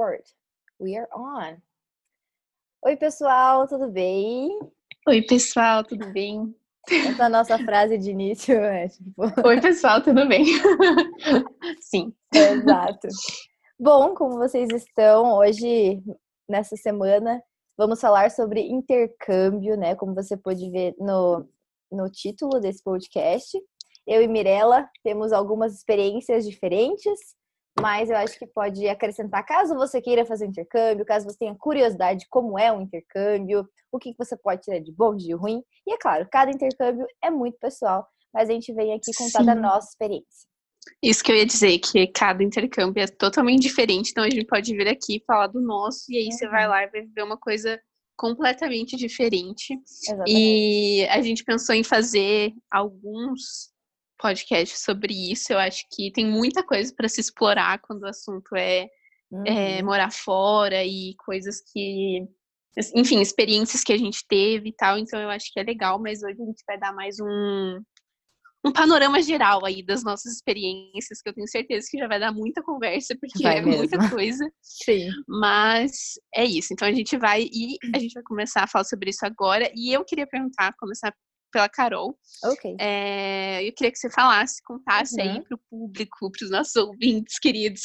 record. We are on. Oi, pessoal, tudo bem? Oi, pessoal, tudo bem? Essa é a nossa frase de início, né? Tipo... Oi, pessoal, tudo bem? Sim. Exato. Bom, como vocês estão hoje, nessa semana, vamos falar sobre intercâmbio, né? Como você pôde ver no título desse podcast. Eu e Mirella temos algumas experiências diferentes, mas eu acho que pode acrescentar, caso você queira fazer intercâmbio, caso você tenha curiosidade de como é um intercâmbio, o que você pode tirar de bom, de ruim. E é claro, cada intercâmbio é muito pessoal, mas a gente vem aqui contar da nossa experiência. Isso que eu ia dizer, que cada intercâmbio é totalmente diferente, então a gente pode vir aqui falar do nosso, e aí você vai lá e vai ver uma coisa completamente diferente. Exatamente. E a gente pensou em fazer alguns podcasts sobre isso. Eu acho que tem muita coisa para se explorar quando o assunto é morar fora e coisas que... Enfim, experiências que a gente teve e tal, então eu acho que é legal, mas hoje a gente vai dar mais um panorama geral aí das nossas experiências, que eu tenho certeza que já vai dar muita conversa, porque Vai é mesmo. muita coisa. Sim. Mas é isso, então a gente vai começar a falar sobre isso agora, e eu queria começar pela Carol. Ok. Eu queria que você contasse aí pro público, pros nossos ouvintes queridos,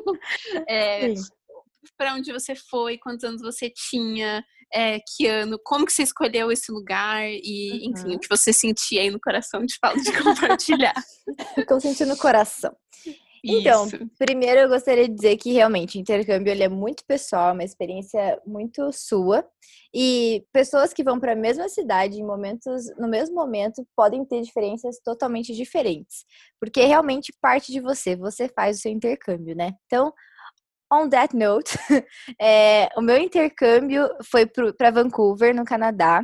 para onde você foi, quantos anos você tinha, que ano, como que você escolheu esse lugar e, enfim, o que você sentia aí no coração de compartilhar. O que eu senti no coração. Então, primeiro eu gostaria de dizer que realmente o intercâmbio ele é muito pessoal, uma experiência muito sua. E pessoas que vão para a mesma cidade no mesmo momento podem ter diferenças totalmente diferentes. Porque realmente parte de você faz o seu intercâmbio, né? Então, on that note, o meu intercâmbio foi para Vancouver, no Canadá.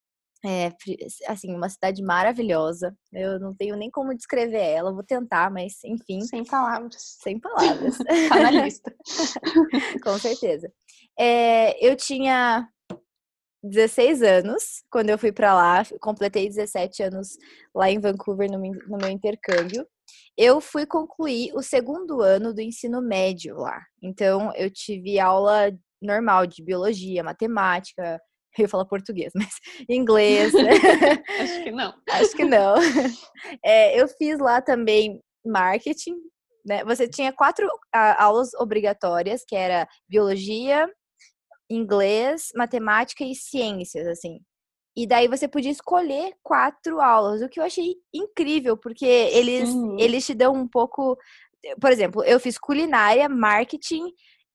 Assim, uma cidade maravilhosa. Eu não tenho nem como descrever ela, vou tentar, mas enfim. Sem palavras. Sem palavras. Tá na lista. Com certeza. Eu tinha 16 anos quando eu fui para lá, completei 17 anos lá em Vancouver no meu intercâmbio. Eu fui concluir o segundo ano do ensino médio lá. Então, eu tive aula normal de biologia, matemática, eu ia falar português, mas inglês. Acho que não. Acho que não. Eu fiz lá também marketing, né? Você tinha 4 aulas obrigatórias, que era biologia, inglês, matemática e ciências, assim. E daí você podia escolher 4 aulas, o que eu achei incrível, porque eles te dão um pouco... Por exemplo, eu fiz culinária, marketing,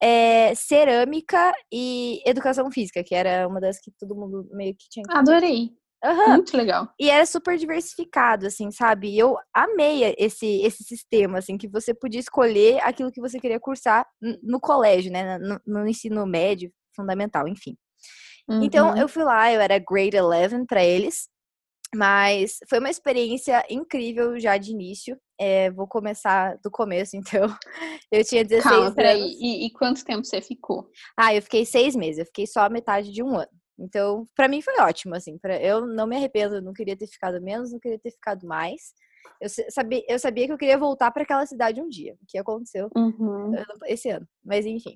cerâmica e educação física, que era uma das que todo mundo meio que tinha que... Adorei. Muito legal. E era super diversificado, assim, sabe? E eu amei esse sistema, assim, que você podia escolher aquilo que você queria cursar no colégio, né? No ensino médio, fundamental, enfim. Então, eu fui lá, eu era grade 11 para eles, mas foi uma experiência incrível já de início. Vou começar do começo, então. Eu tinha 16 Calma, anos. peraí. E quanto tempo você ficou? Eu fiquei 6 meses, eu fiquei só a metade de um ano. Então, pra mim foi ótimo, assim. Eu não me arrependo, eu não queria ter ficado menos, não queria ter ficado mais. Eu sabia que eu queria voltar para aquela cidade um dia, o que aconteceu esse ano. Mas, enfim.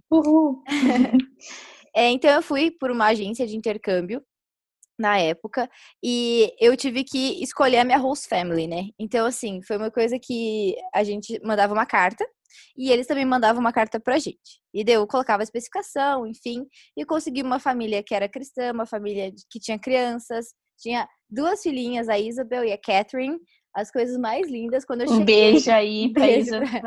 Então, eu fui por uma agência de intercâmbio na época e eu tive que escolher a minha host family, né? Então, assim, foi uma coisa que a gente mandava uma carta e eles também mandavam uma carta pra gente. E daí eu colocava a especificação, enfim, e consegui uma família que era cristã, uma família que tinha crianças, tinha 2 filhinhas, a Isabel e a Catherine, as coisas mais lindas. Quando eu cheguei... beijo aí pra beijo Isa.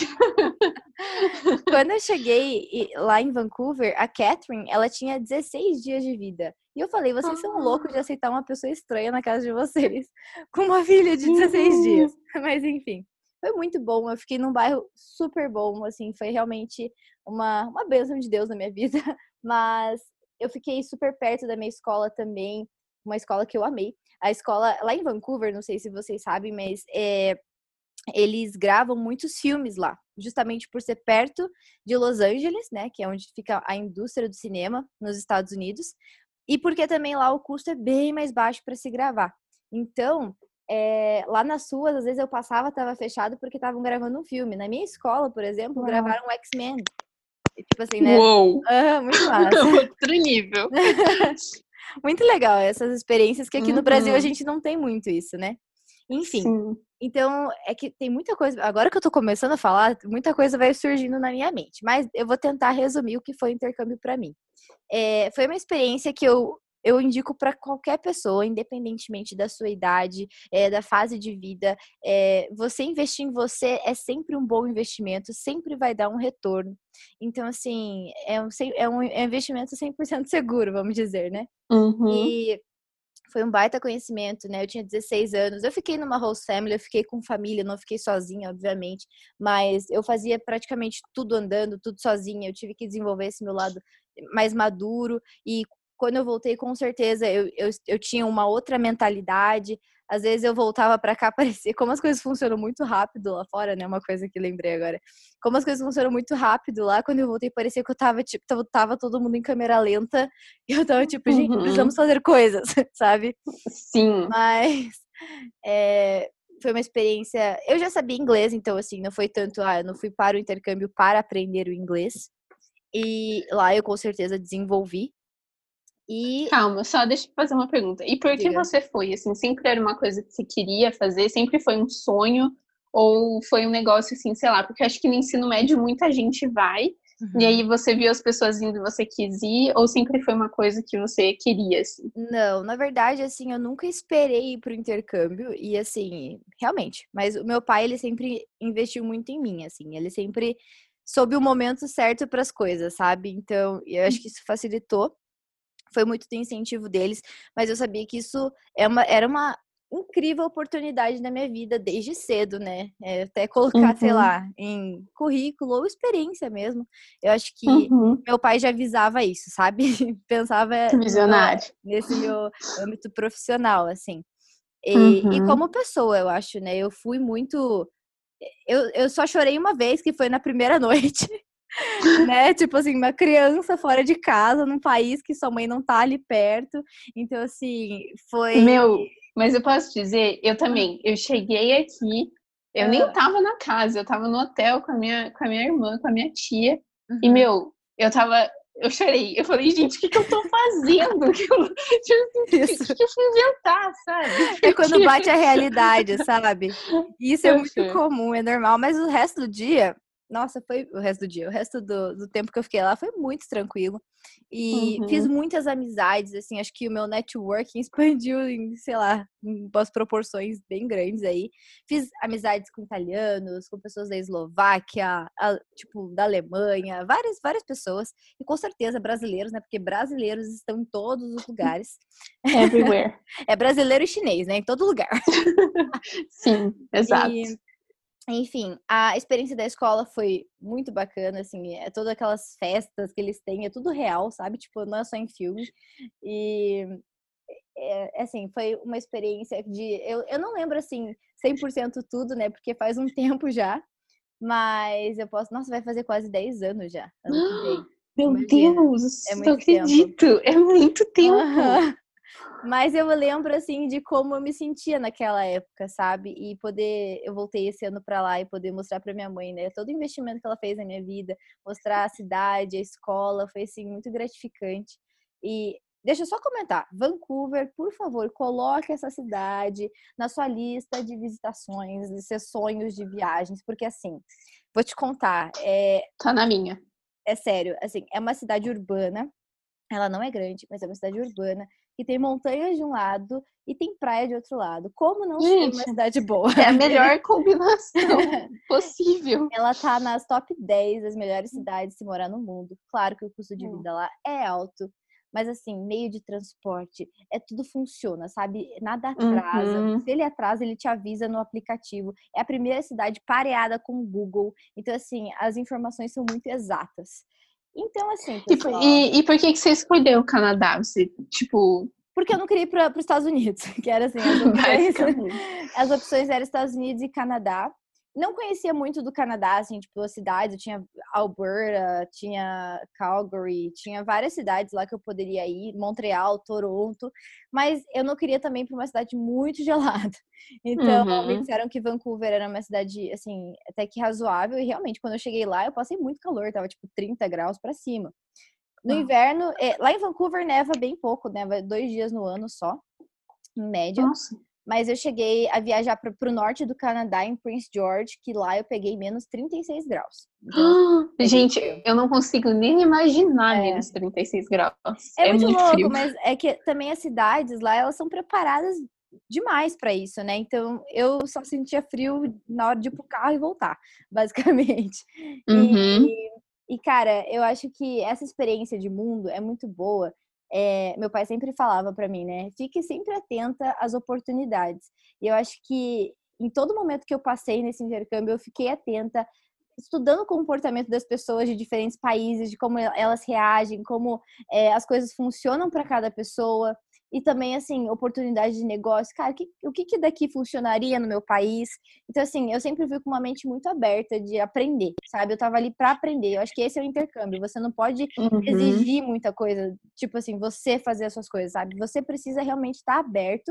Quando eu cheguei lá em Vancouver, a Catherine, ela tinha 16 dias de vida. E eu falei, vocês são loucos de aceitar uma pessoa estranha na casa de vocês, com uma filha de 16 dias. Mas enfim, foi muito bom. Eu fiquei num bairro super bom, assim, foi realmente uma bênção de Deus na minha vida. Mas eu fiquei super perto da minha escola também, uma escola que eu amei. A escola lá em Vancouver, não sei se vocês sabem, mas eles gravam muitos filmes lá, justamente por ser perto de Los Angeles, né, que é onde fica a indústria do cinema nos Estados Unidos, e porque também lá o custo é bem mais baixo para se gravar. Então, lá nas ruas, às vezes eu passava, estava fechado porque estavam gravando um filme. Na minha escola, por exemplo, gravaram o X-Men. Tipo assim, né? Uou! Muito massa. Outro nível. Muito legal essas experiências, que aqui no Brasil a Uhum. gente não tem muito isso, né? Enfim. Sim. Então, é que tem muita coisa. Agora que eu tô começando a falar, muita coisa vai surgindo na minha mente. Mas eu vou tentar resumir o que foi o intercâmbio pra mim. Foi uma experiência que eu indico para qualquer pessoa, independentemente da sua idade, da fase de vida. Você investir em você é sempre um bom investimento, sempre vai dar um retorno. Então, assim, é um investimento 100% seguro, vamos dizer, né? Uhum. E foi um baita conhecimento, né? Eu tinha 16 anos, eu fiquei numa host family, eu fiquei com família, não fiquei sozinha, obviamente, mas eu fazia praticamente tudo andando, tudo sozinha, eu tive que desenvolver esse meu lado mais maduro, e quando eu voltei, com certeza, eu tinha uma outra mentalidade. Às vezes eu voltava pra cá, parecia como as coisas funcionam muito rápido lá fora, né? Uma coisa que lembrei agora. Como as coisas funcionam muito rápido lá, quando eu voltei, parecia que eu tava, tipo, tava todo mundo em câmera lenta. E eu tava tipo, gente, precisamos fazer coisas, sabe? Sim. Mas foi uma experiência. Eu já sabia inglês, então, assim, não foi tanto, eu não fui para o intercâmbio para aprender o inglês. E lá eu com certeza desenvolvi. E, Calma, só deixa eu fazer uma pergunta. E por que diga. você foi? Assim, sempre era uma coisa que você queria fazer? Sempre foi um sonho? Ou foi um negócio assim, sei lá? Porque eu acho que no ensino médio muita gente vai, e aí você viu as pessoas indo e você quis ir? Ou sempre foi uma coisa que você queria, assim? Não, na verdade, assim, eu nunca esperei ir pro intercâmbio e, assim, realmente. Mas o meu pai, ele sempre investiu muito em mim, assim. Ele sempre soube o momento certo para as coisas, sabe? Então, eu acho que isso facilitou. Foi muito do incentivo deles, mas eu sabia que isso era uma incrível oportunidade na minha vida desde cedo, né? Até colocar, sei Uhum. lá, em currículo ou experiência mesmo. Eu acho que Uhum. meu pai já visava isso, sabe? Pensava Visionário. nesse meu âmbito profissional, assim. E Uhum. como pessoa, eu acho, né? Eu fui muito. Eu só chorei uma vez, que foi na primeira noite. Né? Tipo assim, uma criança fora de casa, num país que sua mãe não tá ali perto. Então, assim, foi. Meu, mas eu posso dizer, eu também. Eu cheguei aqui, eu nem Ah, tava na casa, eu tava no hotel com a minha irmã, com a minha tia. E, uhum. meu, eu chorei. Eu falei, gente, o que que eu tô fazendo? Isso. Que eu fui inventar, sabe? É quando Porque... bate a realidade, sabe? E isso é muito Uhum. comum, é normal, mas o resto do dia, nossa, foi o resto do dia, o resto do tempo que eu fiquei lá foi muito tranquilo. E fiz Uhum. muitas amizades, assim, acho que o meu networking expandiu em, sei lá, em umas proporções bem grandes aí. Fiz amizades com italianos, com pessoas da Eslováquia, tipo, da Alemanha, várias pessoas. E com certeza brasileiros, né? Porque brasileiros estão em todos os lugares. Everywhere. É brasileiro e chinês, né? Em todo lugar. Sim, exato. E, enfim, a experiência da escola foi muito bacana, assim, todas aquelas festas que eles têm, é tudo real, sabe? Tipo, não é só em filme. E, assim, foi uma experiência eu não lembro, assim, 100% tudo, né? Porque faz um tempo já, mas eu posso... Nossa, vai fazer quase 10 anos já, ano que vem. Meu Imagina, é Deus, não muito tempo. acredito. É muito tempo. Aham. Mas eu lembro, assim, de como eu me sentia naquela época, sabe? E eu voltei esse ano pra lá e poder mostrar pra minha mãe, né? Todo o investimento que ela fez na minha vida, mostrar a cidade, a escola, foi, assim, muito gratificante. E deixa eu só comentar, Vancouver, por favor, coloque essa cidade na sua lista de visitações, de seus sonhos de viagens, porque, assim, vou te contar, Tá na minha. é sério, assim, é uma cidade urbana, ela não é grande, mas é uma cidade urbana, que tem montanhas de um lado e tem praia de outro lado. Como não ser uma Gente, cidade boa? é a melhor combinação possível. Ela tá nas top 10 das melhores cidades de se morar no mundo. Claro que o custo de vida lá é alto, mas assim, meio de transporte, tudo funciona, sabe? Nada atrasa. Uhum. Se ele atrasa, ele te avisa no aplicativo. É a primeira cidade pareada com o Google. Então, assim, as informações são muito exatas. Então, assim, pessoal, E por que você escolheu o Canadá? Você, tipo, porque eu não queria ir para os Estados Unidos, que era assim, as opções, basicamente. as opções eram Estados Unidos e Canadá. não conhecia muito do Canadá, assim, tipo, as cidades. Eu tinha Alberta, tinha Calgary, tinha várias cidades lá que eu poderia ir, Montreal, Toronto, mas eu não queria também ir para uma cidade muito gelada. Então, me disseram que Vancouver era uma cidade, assim, até que razoável, e realmente, quando eu cheguei lá, eu passei muito calor, tava, tipo, 30 graus para cima. No inverno, lá em Vancouver neva bem pouco, neva 2 dias no ano só, em média. Nossa. Mas eu cheguei a viajar para o norte do Canadá, em Prince George, que lá eu peguei menos 36 graus. Então, gente, frio. eu não consigo nem imaginar menos 36 graus. É muito muito louco, frio. mas é que também as cidades lá, elas são preparadas demais para isso, né? Então, eu só sentia frio na hora de ir pro carro e voltar, basicamente. E, cara, eu acho que essa experiência de mundo é muito boa. Meu pai sempre falava para mim, né? Fique sempre atenta às oportunidades. E eu acho que em todo momento que eu passei nesse intercâmbio, eu fiquei atenta, estudando o comportamento das pessoas de diferentes países, de como elas reagem, como as coisas funcionam para cada pessoa. E também, assim, oportunidade de negócio. Cara, o que daqui funcionaria no meu país? Então, assim, eu sempre fui com uma mente muito aberta de aprender, sabe? Eu tava ali para aprender. Eu acho que esse é o intercâmbio. Você não pode exigir muita coisa, tipo assim, você fazer as suas coisas, sabe? Você precisa realmente estar aberto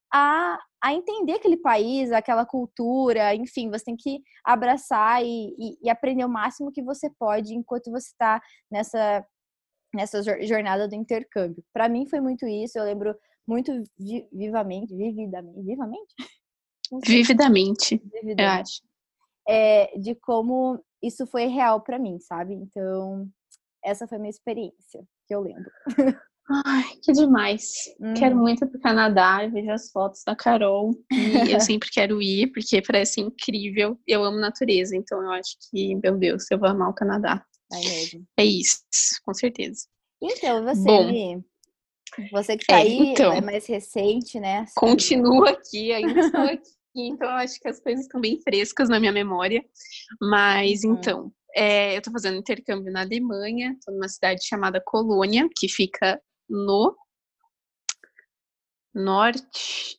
a entender aquele país, aquela cultura, enfim, você tem que abraçar e aprender o máximo que você pode enquanto você está nessa jornada do intercâmbio. Para mim foi muito isso, eu lembro muito vividamente? Não sei. Vividamente, eu acho. De como isso foi real para mim, sabe? Então, essa foi a minha experiência, que eu lembro. Ai, que demais. Quero muito ir pro Canadá, vejo as fotos da Carol e eu sempre quero ir porque parece incrível. Eu amo natureza, então eu acho que, meu Deus, eu vou amar o Canadá. mesmo. É isso, com certeza. Então, Bom, você que tá aí, então, é mais recente, né? Continuo aqui, ainda estou aqui, então eu acho que as coisas estão bem frescas na minha memória. Mas então, eu estou fazendo intercâmbio na Alemanha, estou numa cidade chamada Colônia, que fica no norte,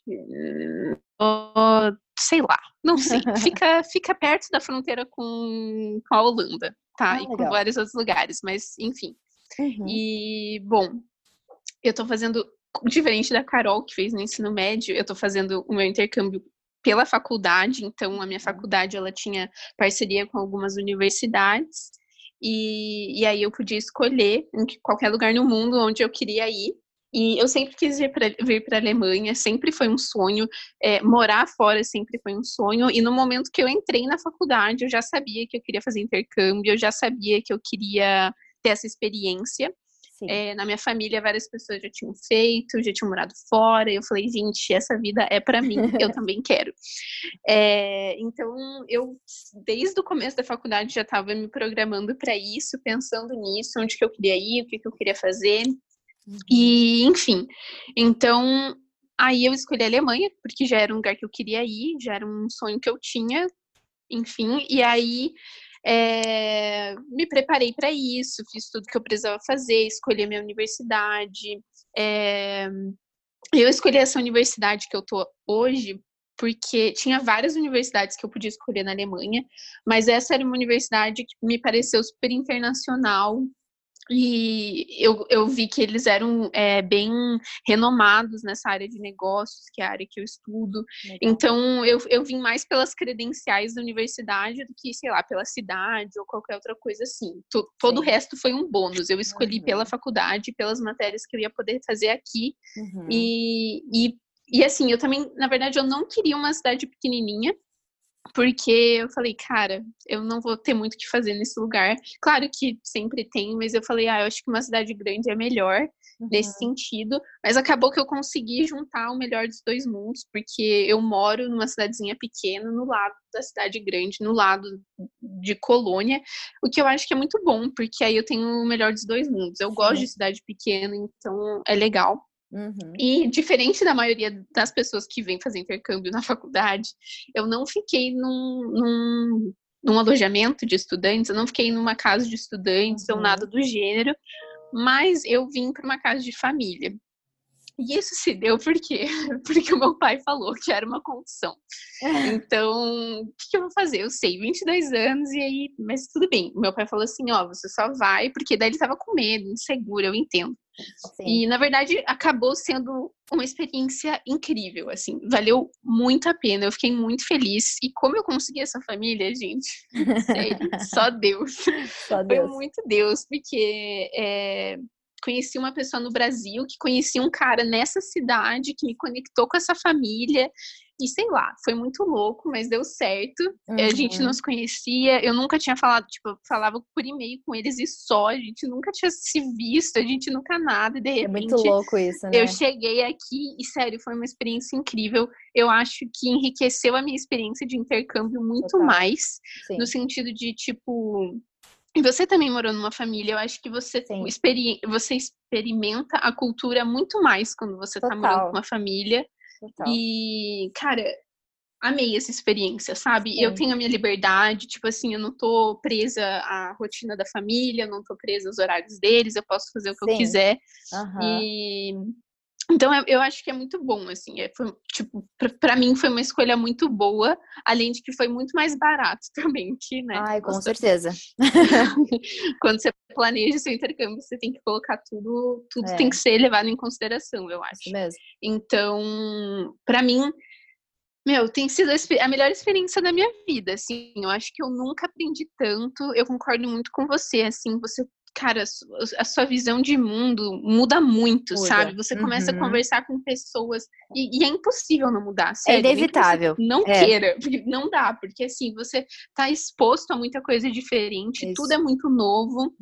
sei lá, não sei. Fica perto da fronteira com a Holanda, tá? E com Legal. vários outros lugares, mas enfim. E, bom, eu tô fazendo, diferente da Carol, que fez no ensino médio, eu tô fazendo o meu intercâmbio pela faculdade, então a minha faculdade, ela tinha parceria com algumas universidades, e aí eu podia escolher em qualquer lugar no mundo onde eu queria ir. E eu sempre quis vir para a Alemanha, sempre foi um sonho, morar fora sempre foi um sonho, e no momento que eu entrei na faculdade, eu já sabia que eu queria fazer intercâmbio, eu já sabia que eu queria ter essa experiência. Na minha família, várias pessoas já tinham feito, já tinham morado fora, e eu falei, gente, essa vida é para mim, eu também quero. Então, eu, desde o começo da faculdade, já estava me programando para isso, pensando nisso, onde que eu queria ir, o que eu queria fazer. E, enfim, então, aí eu escolhi a Alemanha, porque já era um lugar que eu queria ir, já era um sonho que eu tinha, enfim, e aí me preparei para isso, fiz tudo que eu precisava fazer, escolhi a minha universidade. Eu escolhi essa universidade que eu tô hoje porque tinha várias universidades que eu podia escolher na Alemanha, mas essa era uma universidade que me pareceu super internacional. E eu vi que eles eram bem renomados nessa área de negócios, que é a área que eu estudo. Legal. Então, eu vim mais pelas credenciais da universidade do que, sei lá, pela cidade ou qualquer outra coisa assim. Todo o resto foi um bônus. Eu escolhi pela faculdade, pelas matérias que eu ia poder fazer aqui. E assim, eu também, na verdade, eu não queria uma cidade pequenininha, porque eu falei, cara, eu não vou ter muito o que fazer nesse lugar. Claro que sempre tem, mas eu falei, eu acho que uma cidade grande é melhor nesse sentido. Mas acabou que eu consegui juntar o melhor dos dois mundos, porque eu moro numa cidadezinha pequena, no lado da cidade grande, no lado de Colônia, o que eu acho que é muito bom, porque aí eu tenho o melhor dos dois mundos. Eu gosto de cidade pequena, então é legal. E diferente da maioria das pessoas que vêm fazer intercâmbio na faculdade, eu não fiquei num alojamento de estudantes, eu não fiquei numa casa de estudantes ou nada do gênero, mas eu vim para uma casa de família. E isso se deu por quê? Porque o meu pai falou que era uma condição. Então, o que eu vou fazer? Eu sei, 22 anos, e aí, mas tudo bem. Meu pai falou assim, ó, você só vai, porque daí ele tava com medo, inseguro, eu entendo. Sim. E, na verdade, acabou sendo uma experiência incrível, assim, valeu muito a pena, eu fiquei muito feliz. E como eu consegui essa família, gente, sério, só Deus. Só Foi Deus. muito Deus, porque conheci uma pessoa no Brasil que conhecia um cara nessa cidade que me conectou com essa família. E sei lá, foi muito louco, mas deu certo. A gente não se conhecia, eu nunca tinha falado, tipo, eu falava por e-mail com eles e só, a gente nunca tinha se visto, a gente nunca nada, e de É muito repente louco isso, né? eu cheguei aqui e, sério, foi uma experiência incrível. Eu acho que enriqueceu a minha experiência de intercâmbio muito Total. mais, Sim. no sentido de, tipo, e você também morou numa família, eu acho que você Sim. você experimenta a cultura muito mais quando você tá morando Total. com uma família. Total. E, cara, amei essa experiência, sabe? Sim. Eu tenho a minha liberdade, tipo assim, eu não tô presa à rotina da família, não tô presa aos horários deles, eu posso fazer o que eu Sim. quiser. Aham. E então eu acho que é muito bom, assim, foi, tipo, pra mim foi uma escolha muito boa, além de que foi muito mais barato também, que, né? Ai, com Nossa, certeza. quando você planeja seu intercâmbio, você tem que colocar tudo É. tem que ser levado em consideração, eu acho. Isso mesmo. Então, pra mim, meu, tem sido a melhor experiência da minha vida, assim, eu acho que eu nunca aprendi tanto, eu concordo muito com você, assim, você, cara, a sua visão de mundo muda muito, Muda. sabe? Você começa a conversar com pessoas e é impossil não mudar, sério. É inevitável. Nem que você não queira, porque não dá, porque assim, você tá exposto a muita coisa diferente, Isso. tudo é muito novo.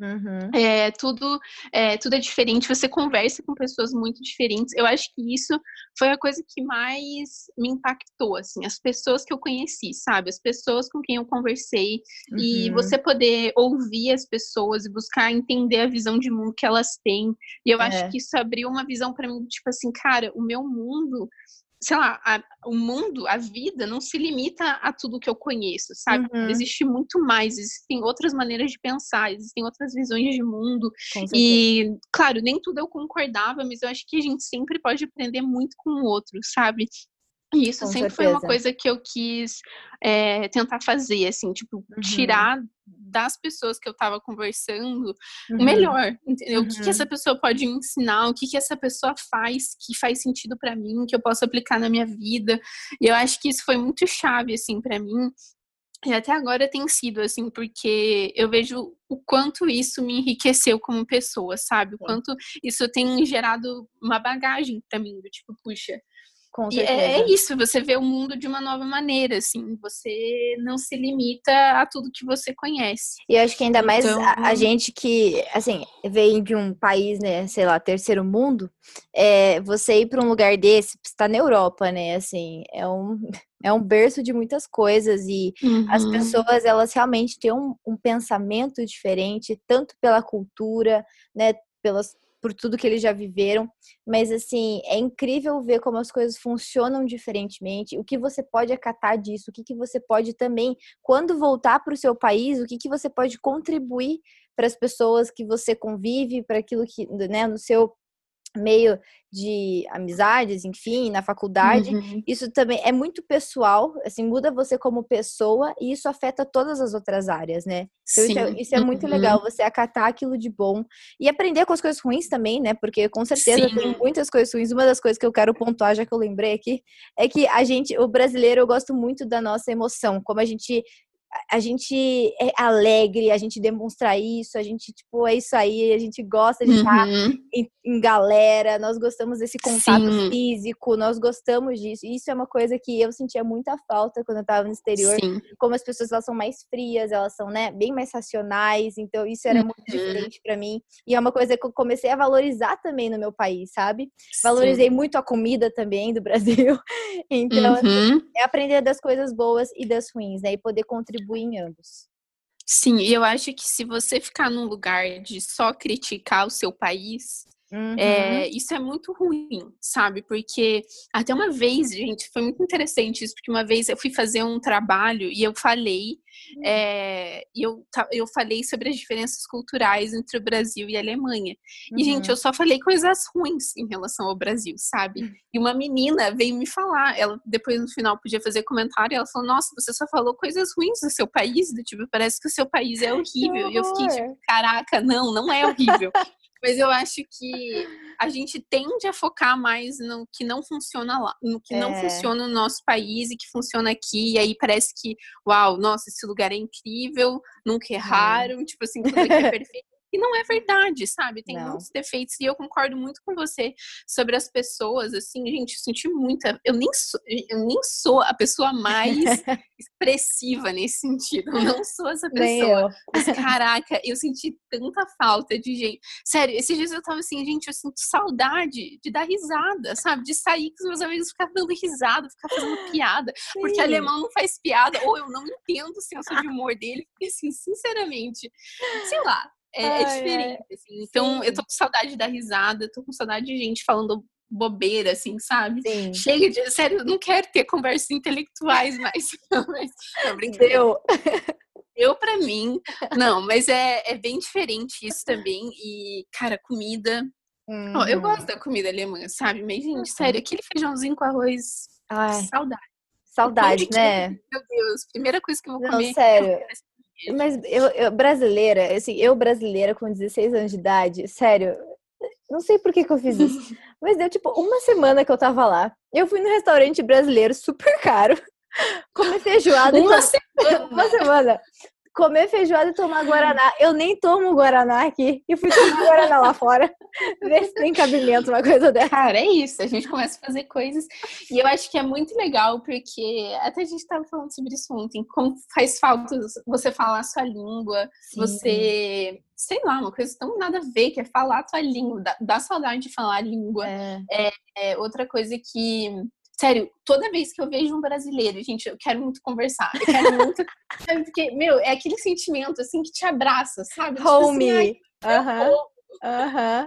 Tudo é diferente, você conversa com pessoas muito diferentes. Eu acho que isso foi a coisa que mais me impactou, assim, as pessoas que eu conheci, sabe? As pessoas com quem eu conversei, e você poder ouvir as pessoas e buscar entender a visão de mundo que elas têm. E eu acho que isso abriu uma visão pra mim, tipo assim, cara, o meu mundo, sei lá, o mundo, a vida não se limita a tudo que eu conheço, sabe? Existe muito mais, existem outras maneiras de pensar, existem outras visões de mundo. Com certeza. E, claro, nem tudo eu concordava, mas eu acho que a gente sempre pode aprender muito com o outro, sabe? E isso Com sempre foi uma certeza. coisa que eu quis tentar fazer, assim, tipo, tirar das pessoas que eu tava conversando o melhor, entendeu? O que essa pessoa pode me ensinar, o que essa pessoa faz que faz sentido pra mim, que eu posso aplicar na minha vida. E eu acho que isso foi muito chave, assim, pra mim. E até agora tem sido, assim, porque eu vejo o quanto isso me enriqueceu como pessoa, sabe? O quanto isso tem gerado uma bagagem pra mim, do tipo, puxa. Com E certeza. é isso, você vê o mundo de uma nova maneira, assim, você não se limita a tudo que você conhece. E eu acho que ainda mais Então, a gente que, assim, vem de um país, né, sei lá, terceiro mundo, você ir para um lugar desse, você tá na Europa, né, assim, é um berço de muitas coisas e as pessoas, elas realmente têm um pensamento diferente, tanto pela cultura, né, por tudo que eles já viveram, mas assim, é incrível ver como as coisas funcionam diferentemente, o que você pode acatar disso, o que você pode também, quando voltar para o seu país, o que você pode contribuir para as pessoas que você convive, para aquilo que, né, no seu meio de amizades, enfim, na faculdade, isso também é muito pessoal, assim, muda você como pessoa e isso afeta todas as outras áreas, né? Então isso é muito legal, você acatar aquilo de bom e aprender com as coisas ruins também, né? Porque com certeza tem muitas coisas ruins. Uma das coisas que eu quero pontuar, já que eu lembrei aqui, é que o brasileiro, eu gosto muito da nossa emoção, como a gente é alegre, a gente demonstra isso, a gente, tipo, é isso aí, a gente gosta de estar em galera, nós gostamos desse contato físico, nós gostamos disso. Isso é uma coisa que eu sentia muita falta quando eu estava no exterior, como as pessoas, elas são mais frias, elas são, né, bem mais racionais, então isso era muito diferente para mim, e é uma coisa que eu comecei a valorizar também no meu país, sabe? Valorizei muito a comida também do Brasil, então é aprender das coisas boas e das ruins, né? E poder contribuir em ambos. Sim, e eu acho que se você ficar num lugar de só criticar o seu país, isso é muito ruim, sabe? Porque até uma vez, gente, foi muito interessante isso, porque uma vez eu fui fazer um trabalho e eu falei E eu falei sobre as diferenças culturais entre o Brasil e a Alemanha. E, gente, Uhum. eu só falei coisas ruins em relação ao Brasil, sabe? E uma menina veio me falar, ela depois no final podia fazer comentário, ela falou, nossa, você só falou coisas ruins do seu país, do tipo, parece que o seu país é Que horrível. E eu fiquei tipo, horror. caraca, não é horrível. Mas eu acho que a gente tende a focar mais no que não funciona lá, no que não funciona no nosso país e que funciona aqui. E aí parece que, uau, nossa, esse lugar é incrível, nunca erraram, tipo assim, tudo aqui é perfeito. E não é verdade, sabe? Tem Não. muitos defeitos. E eu concordo muito com você sobre as pessoas, assim, gente, eu senti muita. Eu nem sou a pessoa mais expressiva nesse sentido. Eu não sou essa Nem pessoa. eu. Mas, caraca, eu senti tanta falta de gente. Sério, esses dias eu tava assim, gente, eu sinto saudade de dar risada, sabe? De sair com os meus amigos, ficar dando risada, ficar fazendo piada. Porque Sim. alemão não faz piada, ou eu não entendo o senso de humor dele, porque, assim, sinceramente, sei lá. É diferente, assim. Então, Sim. eu tô com saudade de dar risada, tô com saudade de gente falando bobeira, assim, sabe? Sim. Chega de... Sério, eu não quero ter conversas intelectuais mais. Não, brincadeira. Eu, pra mim... Não, mas é bem diferente isso também. E, cara, comida... Ó, eu gosto da comida alemã, sabe? Mas, gente, sério, aquele feijãozinho com arroz... Ai, Saudade. O pão de saudades, queijo, né? meu Deus. Primeira coisa que eu vou Não, comer é o sério. pão de queijo. Mas eu brasileira, assim, eu brasileira com 16 anos de idade, sério, não sei por que eu fiz isso. Mas deu tipo uma semana que eu tava lá. Eu fui no restaurante brasileiro super caro, comer feijoada e Uma uma semana! semana. Comer feijoada e tomar guaraná. Eu nem tomo guaraná aqui. E fui tomar guaraná lá fora. Ver se tem cabimento uma coisa dessa. Cara, é isso. A gente começa a fazer coisas. E eu acho que é muito legal, porque até a gente estava falando sobre isso ontem. Como faz falta você falar a sua língua, Sim. você, sei lá, uma coisa tão nada a ver, que é falar a tua língua, dá saudade de falar a língua. É outra coisa que. Sério, toda vez que eu vejo um brasileiro, gente, eu quero muito conversar. Eu quero muito. Sabe, porque, meu, é aquele sentimento assim que te abraça, sabe? Tipo assim, ai, Home. Aham.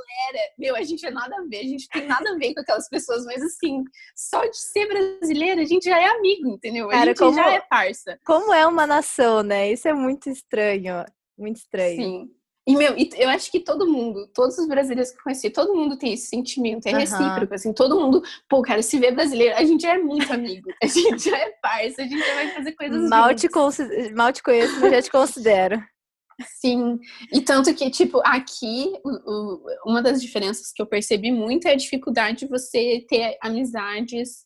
meu, a gente é nada a ver, a gente tem nada a ver com aquelas pessoas, mas assim, só de ser brasileira, a gente já é amigo, entendeu? Cara, a gente já é parça. Como é uma nação, né? Isso é muito estranho. Muito estranho. Sim. E, meu, eu acho que todo mundo, todos os brasileiros que eu conheci, todo mundo tem esse sentimento, é recíproco, assim, todo mundo, pô, cara, se vê brasileiro, a gente já é muito amigo, a gente já é parça, a gente já vai fazer coisas juntos. Mal te conheço, mas já te considero. Sim, e tanto que, tipo, aqui, uma das diferenças que eu percebi muito é a dificuldade de você ter amizades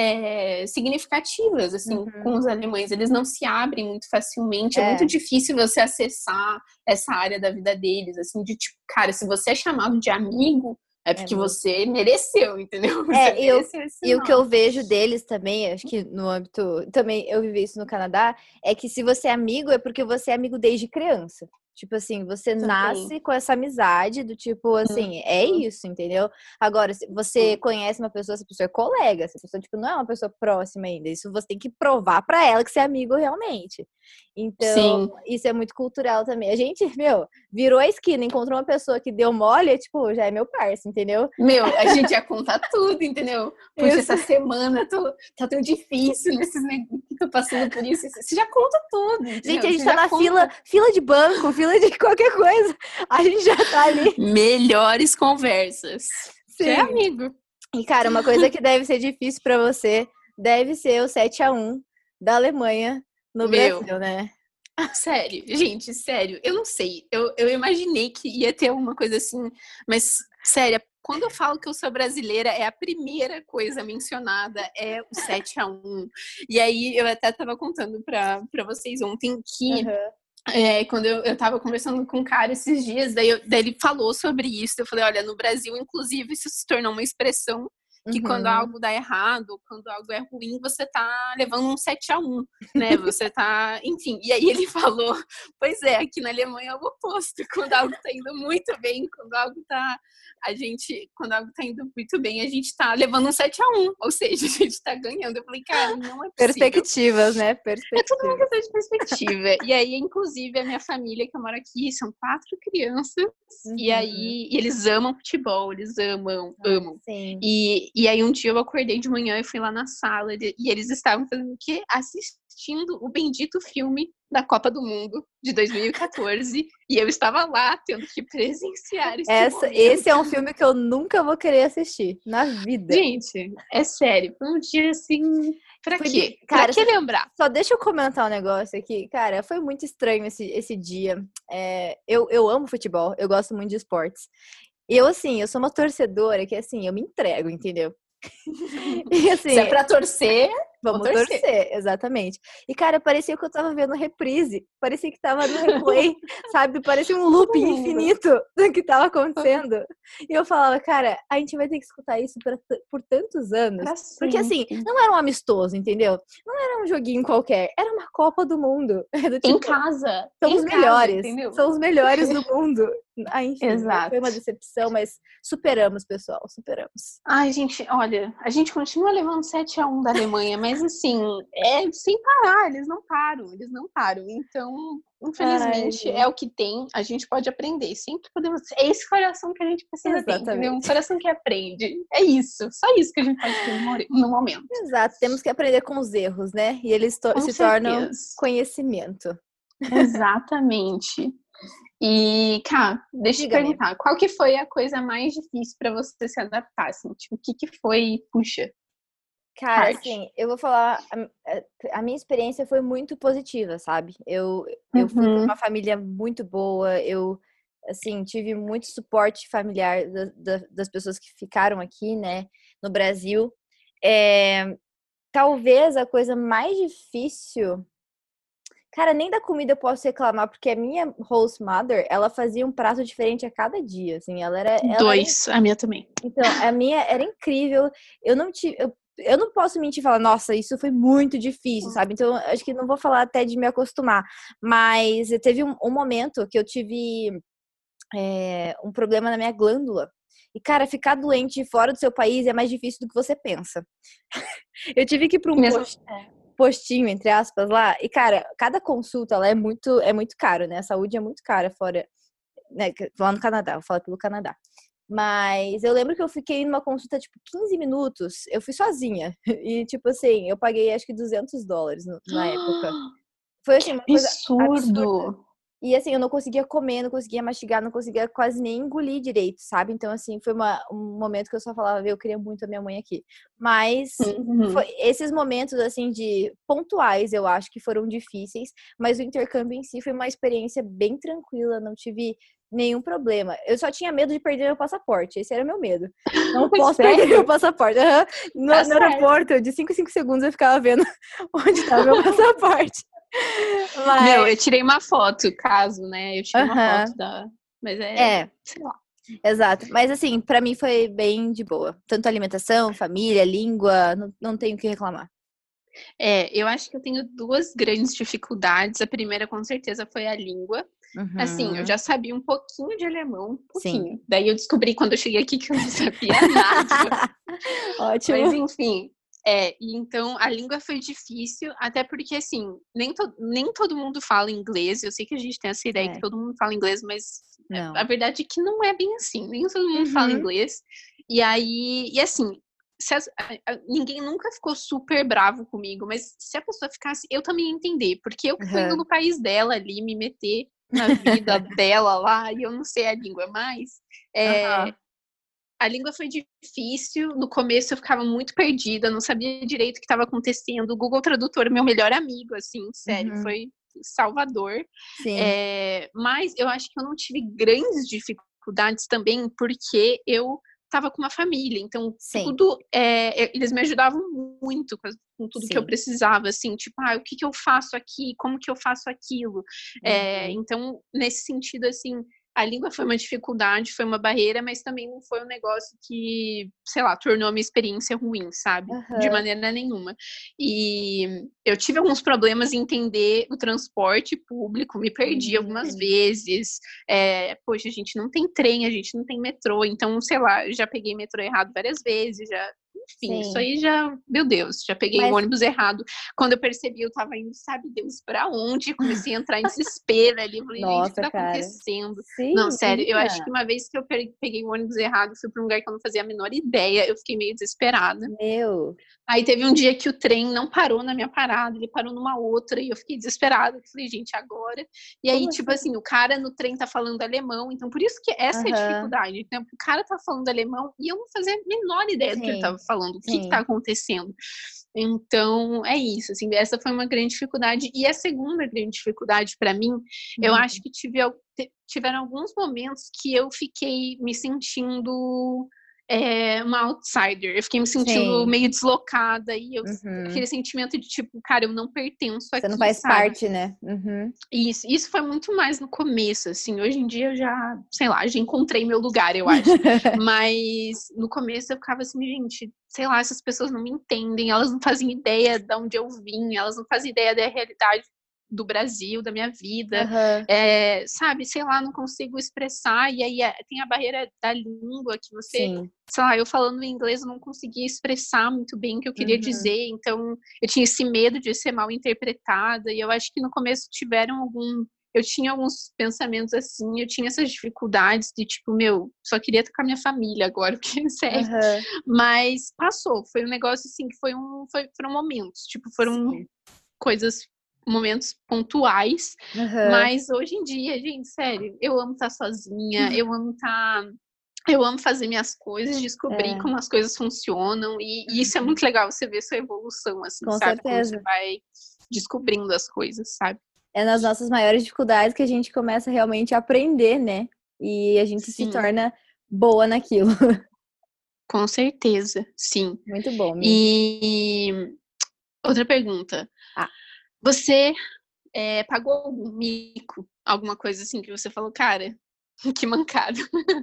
significativas, assim, com os alemães. Eles não se abrem muito facilmente, é muito difícil você acessar essa área da vida deles, assim, de tipo, cara, se você é chamado de amigo, é porque você mereceu, entendeu? Você mereceu esse e o nome. que eu vejo deles também, acho que no âmbito, também eu vivi isso no Canadá, é que se você é amigo, é porque você é amigo desde criança. Tipo assim, você nasce com essa amizade do tipo, assim, é isso, entendeu? Agora, se você conhece uma pessoa, essa pessoa é colega, essa pessoa, tipo, não é uma pessoa próxima ainda. Isso você tem que provar pra ela que você é amigo realmente. Então, isso é muito cultural também. A gente, meu, virou a esquina, encontrou uma pessoa que deu mole, tipo, já é meu parça, entendeu? Meu, a gente já conta tudo, entendeu? Puxa, essa semana tá tão difícil nesses negócios que tô passando por isso. Você já conta tudo. Entendeu? Gente, a gente tá na fila de banco, fila de qualquer coisa. A gente já tá ali. Melhores conversas. Você é amigo. E, cara, uma coisa que deve ser difícil pra você deve ser o 7-1 da Alemanha no Brasil, né? Sério, gente, sério, eu não sei. Eu imaginei que ia ter uma coisa assim, mas, sério, quando eu falo que eu sou brasileira, é a primeira coisa mencionada, é o 7-1. E aí, eu até tava contando pra vocês ontem que quando eu tava conversando com um cara esses dias, daí ele falou sobre isso. Eu falei, olha, no Brasil, inclusive, isso se tornou uma expressão que quando algo dá errado, quando algo é ruim, você tá levando um 7-1, né? Você tá, enfim. E aí ele falou, pois é, aqui na Alemanha é o oposto. Quando algo tá indo muito bem, quando algo tá indo muito bem, a gente tá levando um 7-1, ou seja, a gente tá ganhando. Eu falei, cara, não é possível. Perspectivas, né? É tudo uma questão de perspectiva. E aí, inclusive, a minha família que eu moro aqui, são 4 crianças, e aí eles amam futebol, eles amam. Sim. E aí um dia eu acordei de manhã e fui lá na sala e eles estavam fazendo o quê? Assistindo o bendito filme da Copa do Mundo de 2014 e eu estava lá tendo que presenciar esse momento. Esse é um filme que eu nunca vou querer assistir na vida. Gente, é sério, foi um dia assim, pra quê? Cara, pra que lembrar? Só deixa eu comentar um negócio aqui. Cara, foi muito estranho esse dia. Eu amo futebol, eu gosto muito de esportes. E eu, assim, eu sou uma torcedora que, assim, eu me entrego, entendeu? E, assim, se é pra torcer, vamos torcer, exatamente. E, cara, parecia que eu tava vendo reprise. Parecia que tava no replay, sabe? Parecia um looping infinito do que tava acontecendo. E eu falava, cara, a gente vai ter que escutar isso por tantos anos. Porque, assim, não era um amistoso, entendeu? Não era um joguinho qualquer. Era uma Copa do Mundo. Era, tipo, em casa. São os melhores. Entendeu? São os melhores do mundo. Enfim, Exato. foi uma decepção, mas superamos, pessoal. Superamos. Ai, gente, olha, a gente continua levando 7-1 da Alemanha, mas assim, sem parar, eles não param. Então, infelizmente, é o que tem, a gente pode aprender. Sempre podemos. É esse coração que a gente precisa ter, entendeu? Um coração que aprende. É isso, só isso que a gente pode ter no momento. Exato, temos que aprender com os erros, né? E eles se tornam conhecimento. Exatamente. E, Ká, deixa eu te perguntar, qual que foi a coisa mais difícil pra você se adaptar, assim? Tipo, o que foi, puxa? Cara, assim, eu vou falar, a minha experiência foi muito positiva, sabe? Eu fui pra uma família muito boa, eu, assim, tive muito suporte familiar das pessoas que ficaram aqui, né, no Brasil. Talvez a coisa mais difícil... Cara, nem da comida eu posso reclamar, porque a minha host mother, ela fazia um prato diferente a cada dia, assim, a minha também. Então, a minha era incrível, eu não posso mentir e falar, nossa, isso foi muito difícil, sabe? Então, acho que não vou falar até de me acostumar, mas teve um momento que eu tive um problema na minha glândula, e, cara, ficar doente fora do seu país é mais difícil do que você pensa. Eu tive que ir para um postinho, entre aspas, lá. E, cara, cada consulta lá é muito caro, né? A saúde é muito cara fora, né? Lá no Canadá, eu falo pelo Canadá. Mas eu lembro que eu fiquei numa consulta, tipo, 15 minutos. Eu fui sozinha. E, tipo assim, eu paguei acho que $200 na época. Foi, assim, uma coisa absurda. E, assim, eu não conseguia comer, não conseguia mastigar, não conseguia quase nem engolir direito, sabe? Então, assim, foi um momento que eu só falava, eu queria muito a minha mãe aqui. Mas foi esses momentos, assim, de pontuais, eu acho que foram difíceis. Mas o intercâmbio em si foi uma experiência bem tranquila, não tive nenhum problema. Eu só tinha medo de perder meu passaporte, esse era meu medo. Não posso perder meu passaporte. No aeroporto, de 5 em 5 segundos, eu ficava vendo onde estava meu passaporte. Mas... Meu, eu tirei uma foto, caso, né? Eu tirei uma foto da... Mas sei lá. Exato. Mas, assim, pra mim foi bem de boa. Tanto alimentação, família, língua, não tenho o que reclamar. Eu acho que eu tenho duas grandes dificuldades. A primeira, com certeza, foi a língua. Assim, eu já sabia um pouquinho de alemão, um pouquinho. Sim. Daí eu descobri quando eu cheguei aqui que eu não sabia nada. Ótimo. Mas, enfim... e então a língua foi difícil, até porque, assim, nem todo mundo fala inglês. Eu sei que a gente tem essa ideia que todo mundo fala inglês, mas a verdade é que não é bem assim. Nem todo mundo fala inglês. E aí, assim, ninguém nunca ficou super bravo comigo, mas se a pessoa ficasse, eu também ia entender, porque eu fui indo no país dela ali, me meter na vida dela lá, e eu não sei a língua mais. A língua foi difícil, no começo eu ficava muito perdida, não sabia direito o que estava acontecendo. O Google Tradutor, meu melhor amigo, assim, sério, foi salvador. Sim. Mas eu acho que eu não tive grandes dificuldades também, porque eu estava com uma família, então tudo, eles me ajudavam muito com tudo que eu precisava, assim, tipo, o que eu faço aqui, como que eu faço aquilo. Então, nesse sentido, assim, a língua foi uma dificuldade, foi uma barreira, mas também não foi um negócio que, sei lá, tornou a minha experiência ruim, sabe? De maneira nenhuma. E eu tive alguns problemas em entender o transporte público, me perdi algumas vezes. Poxa, a gente não tem trem, a gente não tem metrô, então, sei lá, eu já peguei metrô errado várias vezes, enfim, isso Sim. aí já, meu Deus, já peguei o ônibus errado. Quando eu percebi, eu tava indo, sabe Deus pra onde? Comecei a entrar em desespero ali. Eu falei, gente, o que Nossa, tá cara. acontecendo? Sim, Não, sério, eu acho imagina. que uma vez que eu peguei o ônibus errado, fui pra um lugar que eu não fazia a menor ideia, eu fiquei meio desesperada. Meu. Aí teve um dia que o trem não parou na minha parada, ele parou numa outra e eu fiquei desesperada. Eu falei, gente, agora? E aí, Como tipo assim? assim, o cara no trem tá falando alemão, então por isso que essa é a Aham. dificuldade. Então, o cara tá falando alemão e eu não fazia a menor ideia do que ele tava Sim, falando, o que tá sim. acontecendo. Então, é isso, assim, essa foi uma grande dificuldade. E a segunda grande dificuldade para mim, eu acho Uhum. que tiveram alguns momentos que eu fiquei me sentindo uma outsider. Eu fiquei me sentindo Sim. meio deslocada e aquele Uhum. sentimento de tipo, cara, eu não pertenço Você não aqui, faz sabe? parte, né? Uhum. E isso foi muito mais no começo, assim. Hoje em dia eu já, sei lá, já encontrei meu lugar, eu acho. Mas no começo eu ficava assim, gente, sei lá, essas pessoas não me entendem, elas não fazem ideia de onde eu vim, elas não fazem ideia da realidade do Brasil, da minha vida, Aham. sabe, sei lá, não consigo expressar, e aí tem a barreira da língua que você, Sim. sei lá, eu falando inglês eu não conseguia expressar muito bem o que eu queria Uhum. dizer, então eu tinha esse medo de ser mal interpretada, e eu acho que no começo eu tinha alguns pensamentos assim, eu tinha essas dificuldades de tipo, meu, só queria estar com a minha família agora, porque é sério, Aham. mas passou, foi um negócio assim que foram momentos, tipo, foram Sim. coisas, momentos pontuais, Aham. mas hoje em dia, gente, sério, eu amo estar sozinha, eu amo fazer minhas coisas, descobrir É, como as coisas funcionam, e isso é muito legal, você ver sua evolução, assim, com sabe? Como você certeza. vai descobrindo as coisas, sabe? É nas nossas maiores dificuldades que a gente começa realmente a aprender, né? E a gente se Sim, torna boa naquilo. com certeza, sim. Muito bom, Mi. E outra pergunta. Ah, Você pagou algum mico? Alguma coisa assim que você falou, cara, que mancada.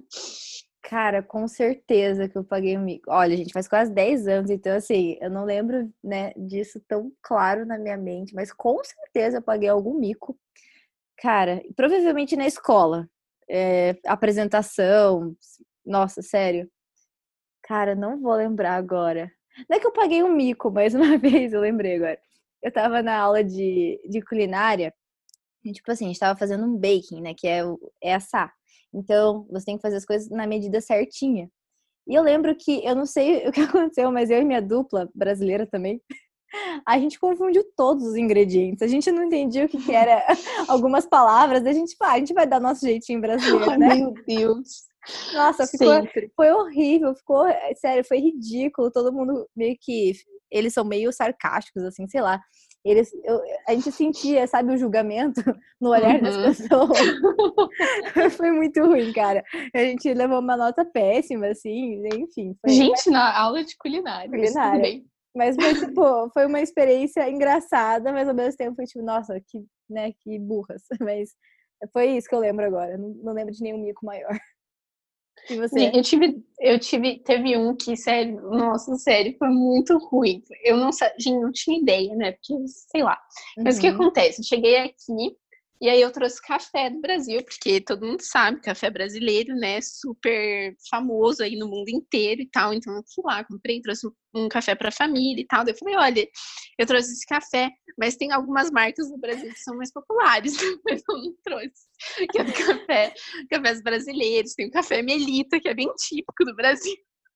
cara, com certeza que eu paguei um mico. Olha, gente, faz quase 10 anos, então assim, eu não lembro, né, disso tão claro na minha mente, mas com certeza eu paguei algum mico. Cara, provavelmente na escola. Apresentação. Nossa, sério. Cara, não vou lembrar agora. Não é que eu paguei um mico, mas uma vez eu lembrei agora. Eu tava na aula de culinária, e, tipo assim, a gente tava fazendo um baking, né? Que é assar. Então, você tem que fazer as coisas na medida certinha. E eu lembro que, eu não sei o que aconteceu, mas eu e minha dupla, brasileira também, a gente confundiu todos os ingredientes. A gente não entendia o que que era algumas palavras. A gente, a gente vai dar nosso jeitinho brasileiro, Oh, né? meu Deus. Nossa, Sempre. foi horrível, sério, foi ridículo. Todo mundo meio que, eles são meio sarcásticos, assim, sei lá. A gente sentia, sabe, o julgamento no olhar das Uhum. pessoas. Foi muito ruim, cara. A gente levou uma nota péssima, assim, enfim, foi Gente, na aula de culinária, mas tudo culinária. bem. Mas foi, tipo, foi uma experiência engraçada, mas ao mesmo tempo foi tipo, nossa, que, né, que burras. Mas foi isso que eu lembro agora. Não lembro de nenhum mico maior. E você? Teve um que, sério, nossa, sério, foi muito ruim. Eu não, gente, não tinha ideia, né? Porque, sei lá. Mas o que Uhum. acontece? Eu cheguei aqui e aí eu trouxe café do Brasil, porque todo mundo sabe, café brasileiro, né? Super famoso aí no mundo inteiro e tal. Então eu fui lá, comprei, trouxe um café para a família e tal. Daí eu falei, olha, eu trouxe esse café, mas tem algumas marcas no Brasil que são mais populares, mas eu não trouxe. Que é do cafés brasileiros, tem o café Melita, que é bem típico do Brasil.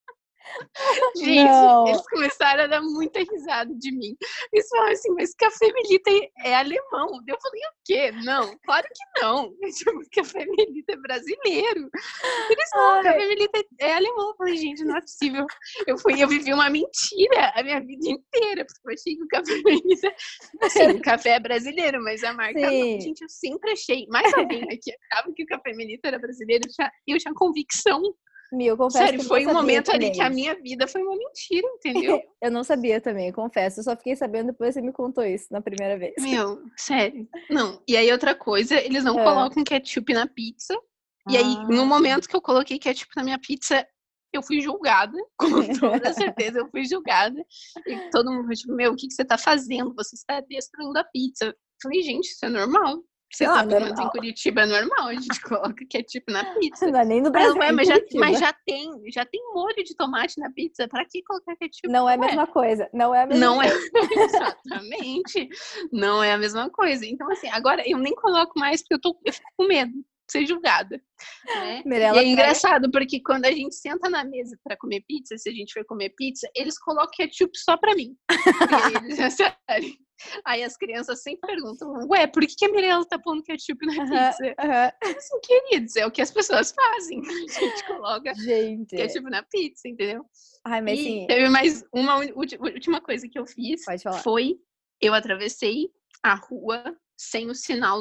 Gente, eles Não. começaram a dar muita risada de mim. Eles falaram assim, mas café Melita é alemão. Eu falei, o quê? Não, claro que não. Tipo, café Melita é brasileiro. Eles não, Ai, café Melita é alemão. Eu falei, gente, não é possível. Eu vivi uma mentira a minha vida inteira, porque eu achei que o café Melita, assim, o café é brasileiro, mas a marca não. sim. Gente, eu sempre achei. Mais alguém aqui achava que o café Melita era brasileiro, eu tinha convicção. Eu confesso Sério, que eu não foi um sabia momento ali que a também. minha vida foi uma mentira, entendeu? Eu não sabia também, confesso. Eu só fiquei sabendo depois que você me contou isso na primeira vez. Meu, sério. Não. E aí, outra coisa, eles não É. colocam ketchup na pizza. E aí, no Ah. momento que eu coloquei ketchup na minha pizza, eu fui julgada. Com toda certeza, eu fui julgada. E todo mundo foi tipo, meu, o que você tá fazendo? Você está destruindo a pizza. Eu falei, gente, isso é normal. Sei Isso lá, é pelo menos em normal. Curitiba é normal, a gente coloca ketchup na pizza. Não é nem no Ah, Brasil, ué, é em mas Curitiba. já tem molho de tomate na pizza, pra que colocar ketchup? Não é a Ué, mesma coisa. Não é a mesma não é coisa. exatamente, não é a mesma coisa. Então, assim, agora eu nem coloco mais porque eu fico com medo de ser julgada, né? E Mirella é pega. engraçado porque quando a gente senta na mesa para comer pizza, se a gente for comer pizza, eles colocam ketchup só pra mim. E aí eles sério. Aí as crianças sempre perguntam, ué, por que a Mirella tá pondo ketchup na pizza? Assim, queridos, é o que as pessoas fazem. A gente coloca Gente. ketchup na pizza, entendeu? Ai, mas E assim, teve mais uma última coisa que eu fiz, pode falar. foi eu atravessei a rua sem o sinal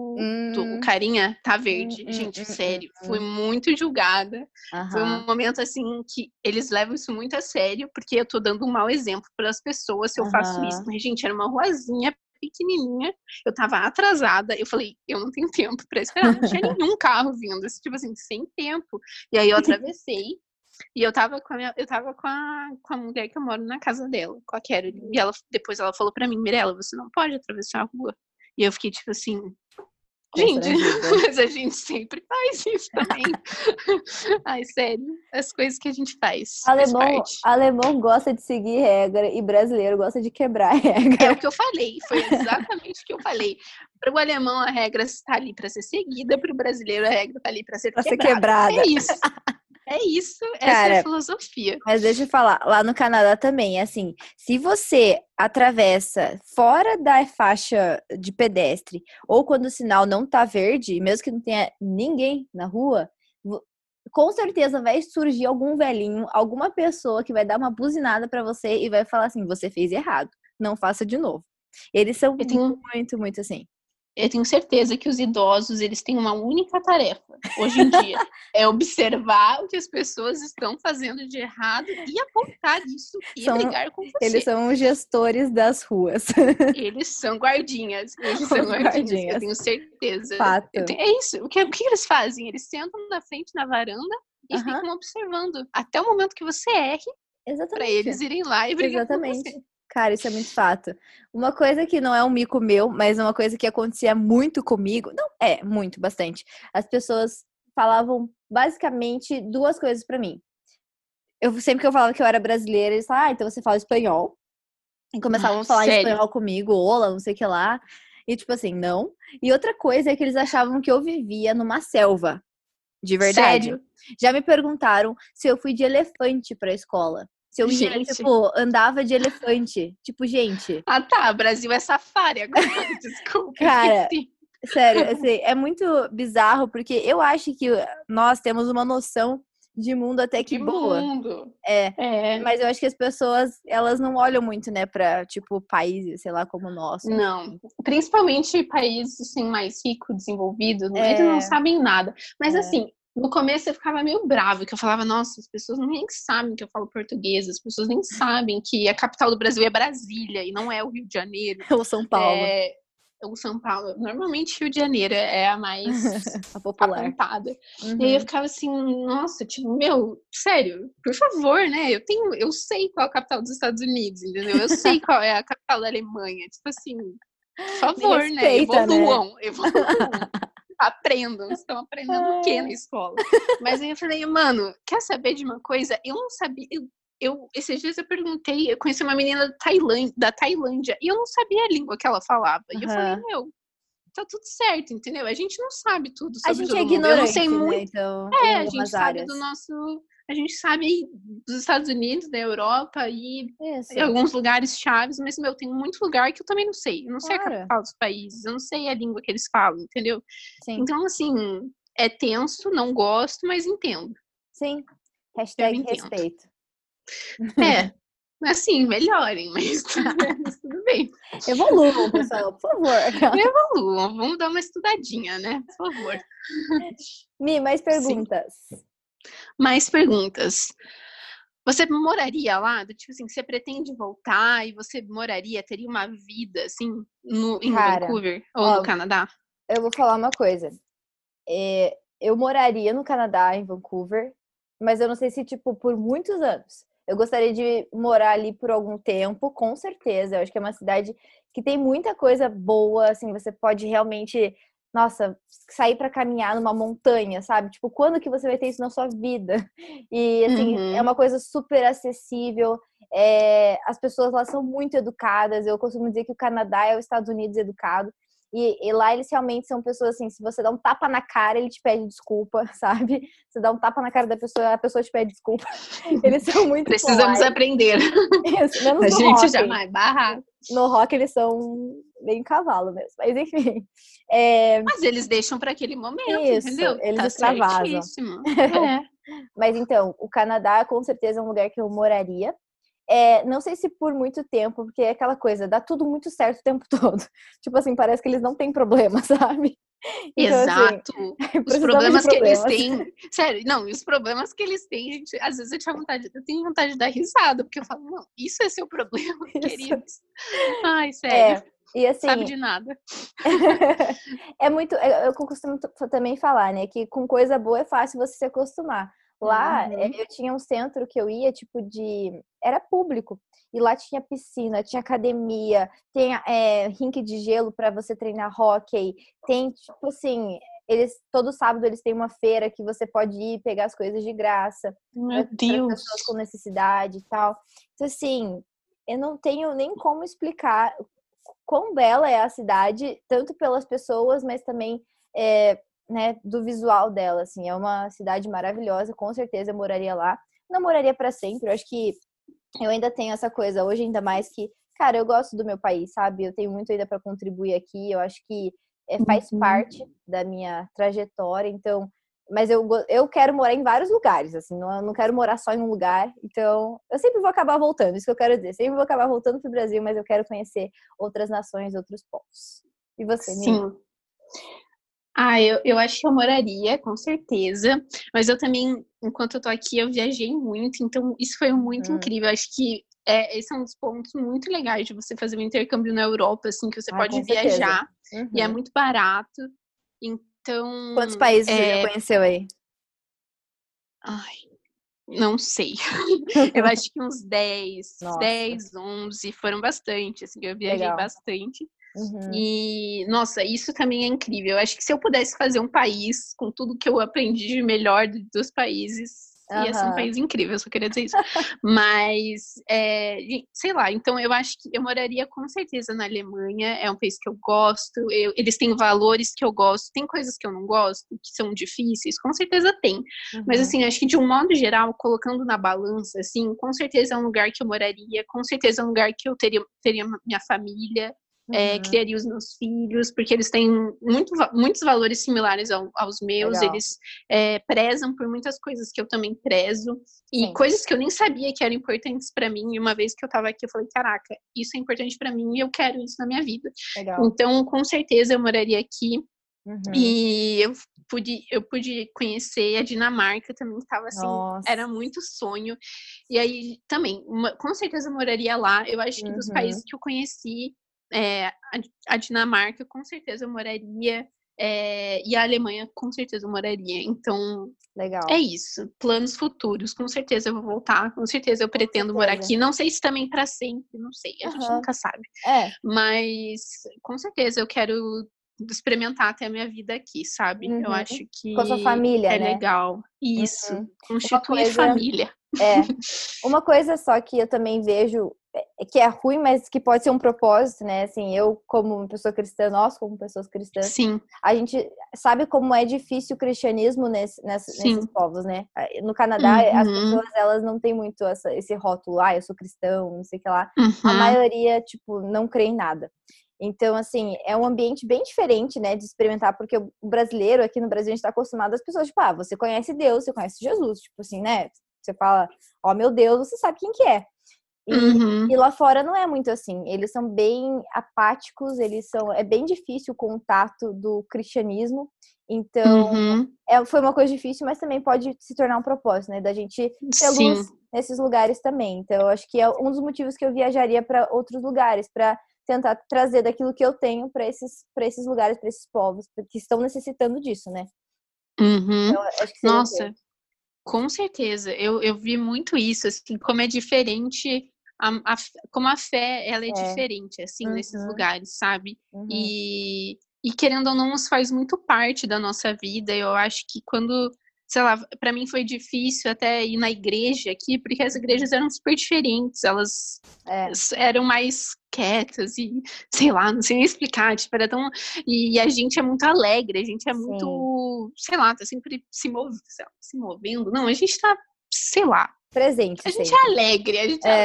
do carinha tá verde. Gente, sério, fui muito julgada. Foi um momento assim que eles levam isso muito a sério, porque eu tô dando um mau exemplo para as pessoas se eu faço isso. Mas, gente, era uma ruazinha pequenininha, eu tava atrasada, eu falei, eu não tenho tempo pra esperar, não tinha nenhum carro vindo, tipo assim, sem tempo. E aí eu atravessei, e eu tava com a mulher que eu moro na casa dela, com a Carol. E depois ela falou pra mim, Mirella, você não pode atravessar a rua. E eu fiquei tipo assim, gente, mas a gente sempre faz isso também. Ai, sério, as coisas que a gente faz. Alemão gosta de seguir regra e brasileiro gosta de quebrar regra. É o que eu falei, foi exatamente o que eu falei. Para o alemão a regra está ali para ser seguida, para o brasileiro a regra está ali para ser quebrada. É isso. É isso, essa é a filosofia. Mas deixa eu falar, lá no Canadá também, assim, se você atravessa fora da faixa de pedestre, ou quando o sinal não tá verde, mesmo que não tenha ninguém na rua, com certeza vai surgir algum velhinho, alguma pessoa que vai dar uma buzinada pra você e vai falar assim, você fez errado, não faça de novo. Eles são muito, muito assim. Eu tenho certeza que os idosos, eles têm uma única tarefa, hoje em dia, é observar o que as pessoas estão fazendo de errado e apontar isso e brigar com você. Eles são os gestores das ruas. Eles são guardinhas. Eles são guardinhas. Eu tenho certeza. Fato. É isso. O que eles fazem? Eles sentam na frente na varanda e ficam observando até o momento que você erre para eles irem lá e brigar com você. Cara, isso é muito fato. Uma coisa que não é um mico meu, mas uma coisa que acontecia muito comigo, não é muito, bastante. As pessoas falavam basicamente duas coisas pra mim. Sempre que eu falava que eu era brasileira, eles falavam, então você fala espanhol. E começavam a falar espanhol comigo, olá, não sei o que lá. E tipo assim, não. E outra coisa é que eles achavam que eu vivia numa selva. De verdade. Sério? Já me perguntaram se eu fui de elefante pra escola. Se eu ia, tipo, andava de elefante. Tipo, gente. Ah, tá. Brasil é safari agora. Desculpa. Cara, sério, assim, é muito bizarro, porque eu acho que nós temos uma noção de mundo até que boa. Mas eu acho que as pessoas, elas não olham muito, né, pra, tipo, países, sei lá, como o nosso. Não. Principalmente países, assim, mais ricos, desenvolvidos, eles não sabem nada. Mas, assim, no começo eu ficava meio brava, que eu falava, nossa, as pessoas nem sabem que eu falo português, as pessoas nem sabem que a capital do Brasil é Brasília e não é o Rio de Janeiro. Ou São Paulo. Ou São Paulo. Normalmente Rio de Janeiro é a mais a popular. apontada. E aí eu ficava assim, nossa, tipo, meu, sério, por favor, né? Eu sei qual é a capital dos Estados Unidos, entendeu? Eu sei qual é a capital da Alemanha. Tipo assim, por favor, respeita, né? Evoluam. Aprendam, estão aprendendo o que na escola? Mas aí eu falei, mano, quer saber de uma coisa? Eu não sabia. Esses dias eu perguntei, eu conheci uma menina da Tailândia e eu não sabia a língua que ela falava. E eu falei, meu, tá tudo certo, entendeu? A gente não sabe tudo sobre todo mundo. Ignorante, eu não sei muito. Né? Então, a gente sabe do nosso. A gente sabe dos Estados Unidos, da Europa e em alguns lugares chaves, mas, meu, tem muito lugar que eu também não sei. Eu não sei a capital dos países, eu não sei a língua que eles falam, entendeu? Sim. Então, assim, é tenso, não gosto, mas entendo. Sim. Hashtag respeito. Assim, melhorem, mas tudo bem. Evoluam, pessoal, por favor. Evoluam, vamos dar uma estudadinha, né? Por favor. Mi, mais perguntas. Mais perguntas. Você moraria lá? Tipo assim, você pretende voltar e você teria uma vida, assim, em Vancouver ou no Canadá? Eu vou falar uma coisa. Eu moraria no Canadá, em Vancouver, mas eu não sei se, tipo, por muitos anos. Eu gostaria de morar ali por algum tempo, com certeza. Eu acho que é uma cidade que tem muita coisa boa, assim, você pode realmente nossa, sair para caminhar numa montanha, sabe? Tipo, quando que você vai ter isso na sua vida? E, assim, é uma coisa super acessível. As pessoas lá são muito educadas. Eu costumo dizer que o Canadá é os Estados Unidos educado. E lá eles realmente são pessoas assim, se você dá um tapa na cara, ele te pede desculpa, sabe? Você dá um tapa na cara da pessoa, a pessoa te pede desculpa. Eles são muito Precisamos polite. aprender. Isso, menos a no gente rock. já vai barrar. No rock eles são bem cavalo mesmo. Mas enfim. Mas eles deixam para aquele momento, Isso, entendeu? eles Tá extravasam. certíssimo. Mas então, o Canadá com certeza é um lugar que eu moraria. Não sei se por muito tempo, porque é aquela coisa, dá tudo muito certo o tempo todo. Tipo assim, parece que eles não têm problema, sabe? Então, Exato. assim, Os precisamos de problemas que eles problemas. têm. Sério, não, e os problemas que eles têm, gente, às vezes eu tenho vontade de dar risada, porque eu falo, não, isso é seu problema, Isso. queridos. Ai, sério. E assim, sabe de nada. Eu costumo também falar, né, que com coisa boa é fácil você se acostumar. Lá, eu tinha um centro que eu ia, tipo, era público. E lá tinha piscina, tinha academia, tem rink de gelo para você treinar hóquei. Tem, tipo assim, todo sábado eles têm uma feira que você pode ir pegar as coisas de graça. Meu Deus. Para pessoas com necessidade e tal. Então, assim, eu não tenho nem como explicar quão bela é a cidade, tanto pelas pessoas, mas também né, do visual dela, assim. É uma cidade maravilhosa, com certeza eu moraria lá. Não moraria para sempre, eu acho que eu ainda tenho essa coisa, hoje ainda mais que, cara, eu gosto do meu país, sabe? Eu tenho muito ainda para contribuir aqui, eu acho que faz parte da minha trajetória, então... Mas eu quero morar em vários lugares, assim, eu não quero morar só em um lugar. Então, eu sempre vou acabar voltando, isso que eu quero dizer. Sempre vou acabar voltando pro Brasil, mas eu quero conhecer outras nações, outros povos. E você, Mimi? Sim. Eu acho que eu moraria, com certeza. Mas eu também, enquanto eu tô aqui, eu viajei muito. Então, isso foi muito incrível. Acho que esse é um dos pontos muito legais de você fazer um intercâmbio na Europa, assim, que você pode viajar. E é muito barato. Então... Quantos países você já conheceu aí? Ai, não sei. Eu acho que uns 10, Nossa. 10, 11 foram bastante, assim, eu viajei Legal. bastante. E, nossa, isso também é incrível. Eu acho que se eu pudesse fazer um país com tudo que eu aprendi de melhor dos países, ia ser um país incrível, eu só queria dizer isso. Mas, sei lá, então eu acho que eu moraria com certeza na Alemanha, é um país que eu gosto, eles têm valores que eu gosto, tem coisas que eu não gosto, que são difíceis, com certeza tem. Mas, assim, acho que de um modo geral, colocando na balança, assim, com certeza é um lugar que eu moraria, com certeza é um lugar que eu teria minha família, criaria os meus filhos, porque eles têm muitos valores similares aos meus. Legal. Eles prezam por muitas coisas que eu também prezo, e coisas que eu nem sabia que eram importantes para mim, e uma vez que eu tava aqui, eu falei, caraca, isso é importante para mim e eu quero isso na minha vida. Legal. Então, com certeza, eu moraria aqui. E eu pude conhecer a Dinamarca também, que estava assim, era muito sonho. E aí, também, com certeza eu moraria lá. Eu acho que dos países que eu conheci, a Dinamarca, com certeza eu moraria, e a Alemanha, com certeza eu moraria. Então, legal. É isso. Planos futuros, com certeza eu vou voltar, com certeza eu pretendo morar aqui. Não sei se também para sempre, não sei, a gente nunca sabe. Mas, com certeza eu quero experimentar até a minha vida aqui, sabe? Eu acho que com a sua família, né? Legal. Isso. Constituir família. Uma coisa só que eu também vejo que é ruim, mas que pode ser um propósito, né? Assim, eu como uma pessoa cristã, nós como pessoas cristãs, sim, a gente sabe como é difícil o cristianismo nesses povos, né? No Canadá, as pessoas, elas não têm muito esse rótulo, eu sou cristão, não sei o que lá. A maioria, tipo, não crê em nada. Então, assim, é um ambiente bem diferente, né, de experimentar, porque o brasileiro, aqui no Brasil, a gente tá acostumado às pessoas, tipo, você conhece Deus, você conhece Jesus, tipo assim, né? Você fala, meu Deus, você sabe quem que é. E lá fora não é muito assim. Eles são bem apáticos, é bem difícil o contato do cristianismo. Então, foi uma coisa difícil, mas também pode se tornar um propósito, né? Da gente ter luz nesses lugares também. Então, eu acho que é um dos motivos que eu viajaria para outros lugares, para tentar trazer daquilo que eu tenho para esses lugares, para esses povos, que estão necessitando disso, né? Então, acho que seria Nossa, com certeza. Eu vi muito isso, assim, como é diferente, como a fé, ela é diferente, assim, nesses lugares, sabe? E E querendo ou não, isso faz muito parte da nossa vida. Eu acho que quando, sei lá, pra mim foi difícil até ir na igreja aqui, porque as igrejas eram super diferentes, elas eram mais quietas e, sei lá, não sei nem explicar, tipo, era tão... E a gente é muito alegre, a gente é muito, sei lá, tá sempre se movendo. Não, a gente tá, sei lá, presente a gente sempre. é alegre,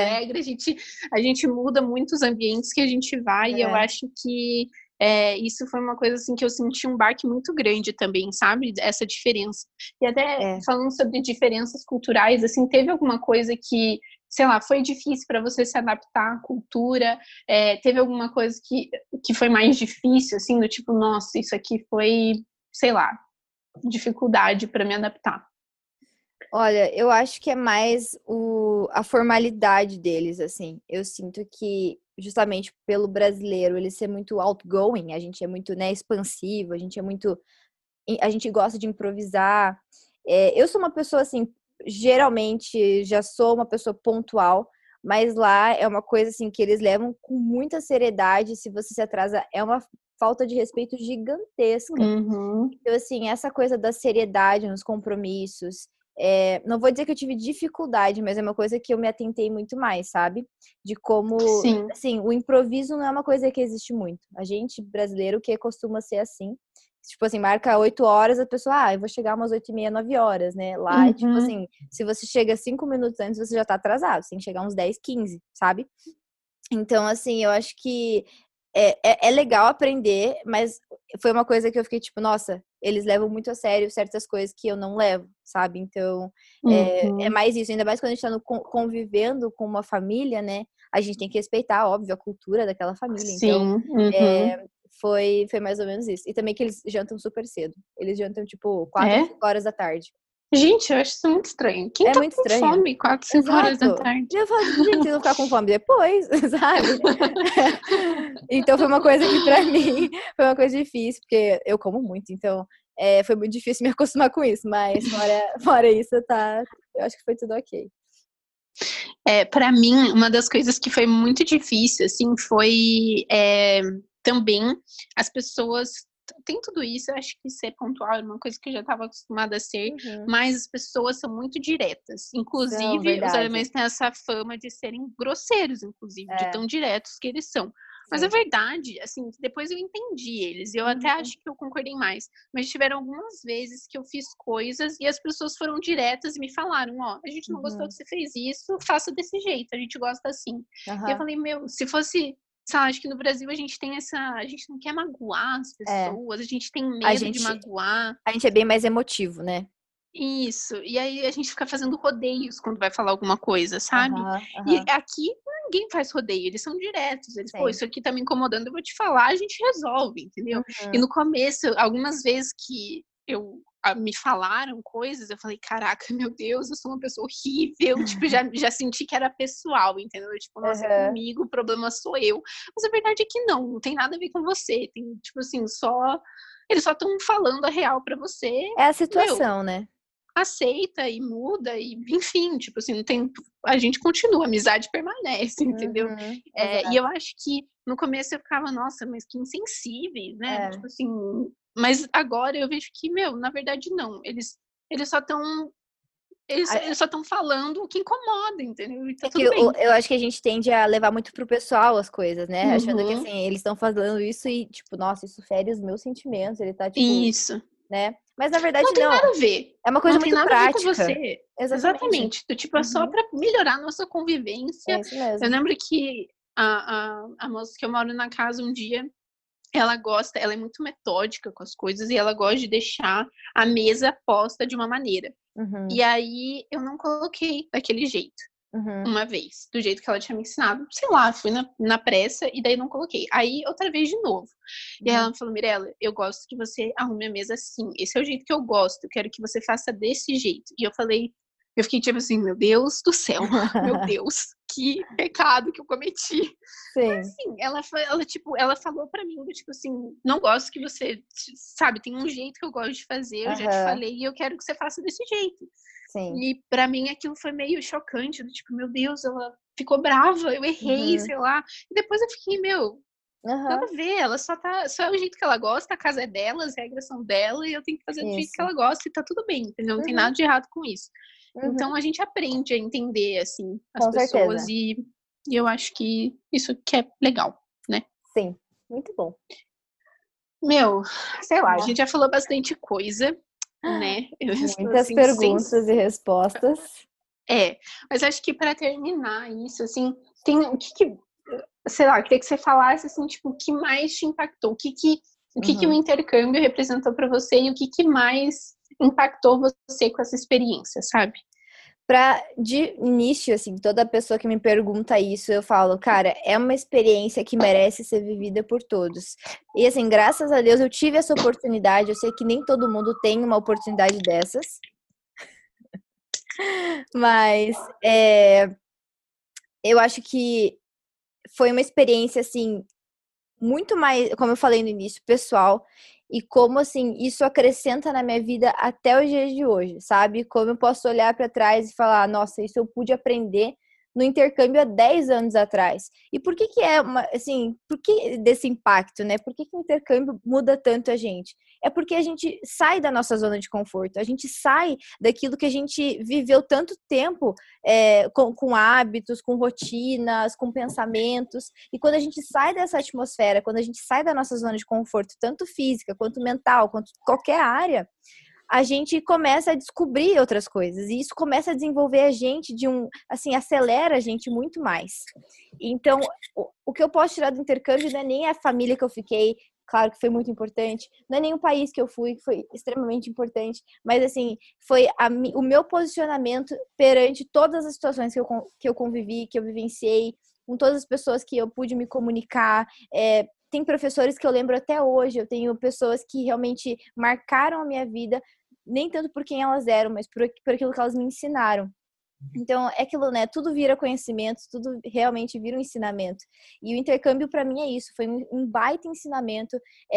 a gente muda muito os ambientes que a gente vai, e eu acho que isso foi uma coisa assim que eu senti um baque muito grande também, sabe? Essa diferença. E até falando sobre diferenças culturais, assim, teve alguma coisa que, sei lá, foi difícil para você se adaptar à cultura? Teve alguma coisa que foi mais difícil, assim, do tipo, nossa, isso aqui foi, sei lá, dificuldade para me adaptar? Olha, eu acho que é mais a formalidade deles, assim. Eu sinto que, justamente pelo brasileiro ele ser muito outgoing, a gente é muito, né, expansivo, a gente gosta de improvisar. Eu sou uma pessoa, assim, geralmente já sou uma pessoa pontual, mas lá é uma coisa, assim, que eles levam com muita seriedade. Se você se atrasa, é uma falta de respeito gigantesca. Uhum. Então, assim, essa coisa da seriedade nos compromissos, não vou dizer que eu tive dificuldade, mas é uma coisa que eu me atentei muito mais, sabe? De como, Sim. assim, o improviso não é uma coisa que existe muito. A gente, brasileiro, que costuma ser assim, tipo assim, marca 8 horas, a pessoa, eu vou chegar umas 8h30, 9 horas, né? Lá, é tipo assim, se você chega 5 minutos antes, você já tá atrasado, você tem que chegar uns 10, 15, sabe? Então, assim, eu acho que é legal aprender, mas foi uma coisa que eu fiquei tipo, nossa, eles levam muito a sério certas coisas que eu não levo, sabe? Então, é mais isso. Ainda mais quando a gente tá convivendo com uma família, né? A gente tem que respeitar, óbvio, a cultura daquela família. Então, Sim. foi mais ou menos isso. E também que eles jantam super cedo. Eles jantam, tipo, 4, É? 5 horas da tarde. Gente, eu acho isso muito estranho. Quem É tá muito com estranho. fome 4, 5 horas da Exato. tarde? E eu falo, tipo, gente, vocês vão ficar com fome depois, sabe? Então foi uma coisa que pra mim foi uma coisa difícil, porque eu como muito, então foi muito difícil me acostumar com isso, mas fora isso, tá, eu acho que foi tudo ok. Para mim, uma das coisas que foi muito difícil, assim, foi também as pessoas. Tem tudo isso, eu acho que ser pontual é uma coisa que eu já estava acostumada a ser, mas as pessoas são muito diretas. São, Inclusive, os verdade. alemães têm essa fama de serem grosseiros, inclusive, de tão diretos que eles são. Mas a Sim. verdade, assim, depois eu entendi eles, e eu até acho que eu concordei mais. Mas tiveram algumas vezes que eu fiz coisas e as pessoas foram diretas e me falaram, ó, a gente não gostou que você fez isso, faça desse jeito, a gente gosta assim. E eu falei, meu, se fosse, sei lá, acho que no Brasil a gente tem a gente não quer magoar as pessoas, a gente tem medo de magoar. A gente é bem mais emotivo, né? Isso, e aí a gente fica fazendo rodeios quando vai falar alguma coisa, sabe? E aqui ninguém faz rodeio, eles são diretos, eles, pô, isso aqui tá me incomodando, eu vou te falar, a gente resolve, entendeu? E no começo, algumas vezes que me falaram coisas, eu falei, caraca, meu Deus, eu sou uma pessoa horrível, tipo, já senti que era pessoal, entendeu? Tipo, nossa, é comigo, o problema sou eu. Mas a verdade é que não tem nada a ver com você, tem, tipo assim, eles só estão falando a real pra você. É a situação, né? Aceita e muda, e enfim, tipo assim, não tem, a gente continua, a amizade permanece, entendeu? E eu acho que no começo eu ficava, nossa, mas que insensíveis, né? Tipo assim, mas agora eu vejo que, meu, na verdade não, eles só estão eles só estão falando o que incomoda, entendeu? E tá É que tudo bem. eu acho que a gente tende a levar muito pro pessoal as coisas, né? Achando que assim, eles estão falando isso e, tipo, nossa, isso fere os meus sentimentos. Ele tá, tipo, Isso. né? Mas na verdade Não tem não. nada a ver. É uma coisa Não tem muito nada a ver com prática. você. Exatamente. Exatamente. Tipo, é só para melhorar a nossa convivência. É isso mesmo. Eu lembro que a moça que eu moro na casa um dia, ela é muito metódica com as coisas e ela gosta de deixar a mesa posta de uma maneira. E aí eu não coloquei daquele jeito. Uma vez, do jeito que ela tinha me ensinado. Sei lá, fui na pressa e daí não coloquei. Aí, outra vez de novo. E aí ela me falou, Mirella, eu gosto que você arrume a mesa assim. Esse é o jeito que eu gosto. Eu quero que você faça desse jeito. E eu fiquei tipo assim, meu Deus do céu. Meu Deus, que pecado que eu cometi. Sim. Mas assim, ela falou pra mim, tipo assim, não gosto que você, sabe, tem um jeito que eu gosto de fazer, eu já te falei, e eu quero que você faça desse jeito. Sim. E pra mim aquilo foi meio chocante, tipo, meu Deus, ela ficou brava, eu errei, sei lá. E depois eu fiquei, meu, Nada a ver, ela só é o jeito que ela gosta, a casa é dela, as regras são dela e eu tenho que fazer do jeito que ela gosta e tá tudo bem, entendeu? Não tem nada de errado com isso. Então a gente aprende a entender, assim, as Com pessoas certeza. e eu acho que isso que é legal, né? Sim, muito bom. Meu, sei lá, a gente já falou bastante coisa, né? Eu estou Muitas assim, perguntas e respostas. Mas acho que para terminar isso, assim, tem o que sei lá, eu queria que você falasse assim, tipo, o que mais te impactou, o que o intercâmbio representou para você e o que mais impactou você com essa experiência, sabe? De início, assim, toda pessoa que me pergunta isso, eu falo, cara, é uma experiência que merece ser vivida por todos. E assim, graças a Deus eu tive essa oportunidade. Eu sei que nem todo mundo tem uma oportunidade dessas, mas eu acho que foi uma experiência, assim, muito mais, como eu falei no início, pessoal, e como assim isso acrescenta na minha vida até os dias de hoje, sabe? Como eu posso olhar para trás e falar, nossa, isso eu pude aprender no intercâmbio há 10 anos atrás. E por que que é uma, assim, por que desse impacto, né? Por que que o intercâmbio muda tanto a gente? É porque a gente sai da nossa zona de conforto, a gente sai daquilo que a gente viveu tanto tempo com hábitos, com rotinas, com pensamentos. E quando a gente sai dessa atmosfera, quando a gente sai da nossa zona de conforto, tanto física quanto mental, quanto qualquer área, a gente começa a descobrir outras coisas. E isso começa a desenvolver a gente assim, acelera a gente muito mais. Então, o que eu posso tirar do intercâmbio não é nem a família que eu fiquei, claro que foi muito importante, não é nem o país que eu fui, que foi extremamente importante, mas assim, foi o meu posicionamento perante todas as situações que eu convivi, que eu vivenciei, com todas as pessoas que eu pude me comunicar. Tem professores que eu lembro até hoje, eu tenho pessoas que realmente marcaram a minha vida, nem tanto por quem elas eram, mas por aquilo que elas me ensinaram. Então, é aquilo, né? Tudo vira conhecimento, tudo realmente vira um ensinamento. E o intercâmbio, para mim, é isso. Foi um baita ensinamento.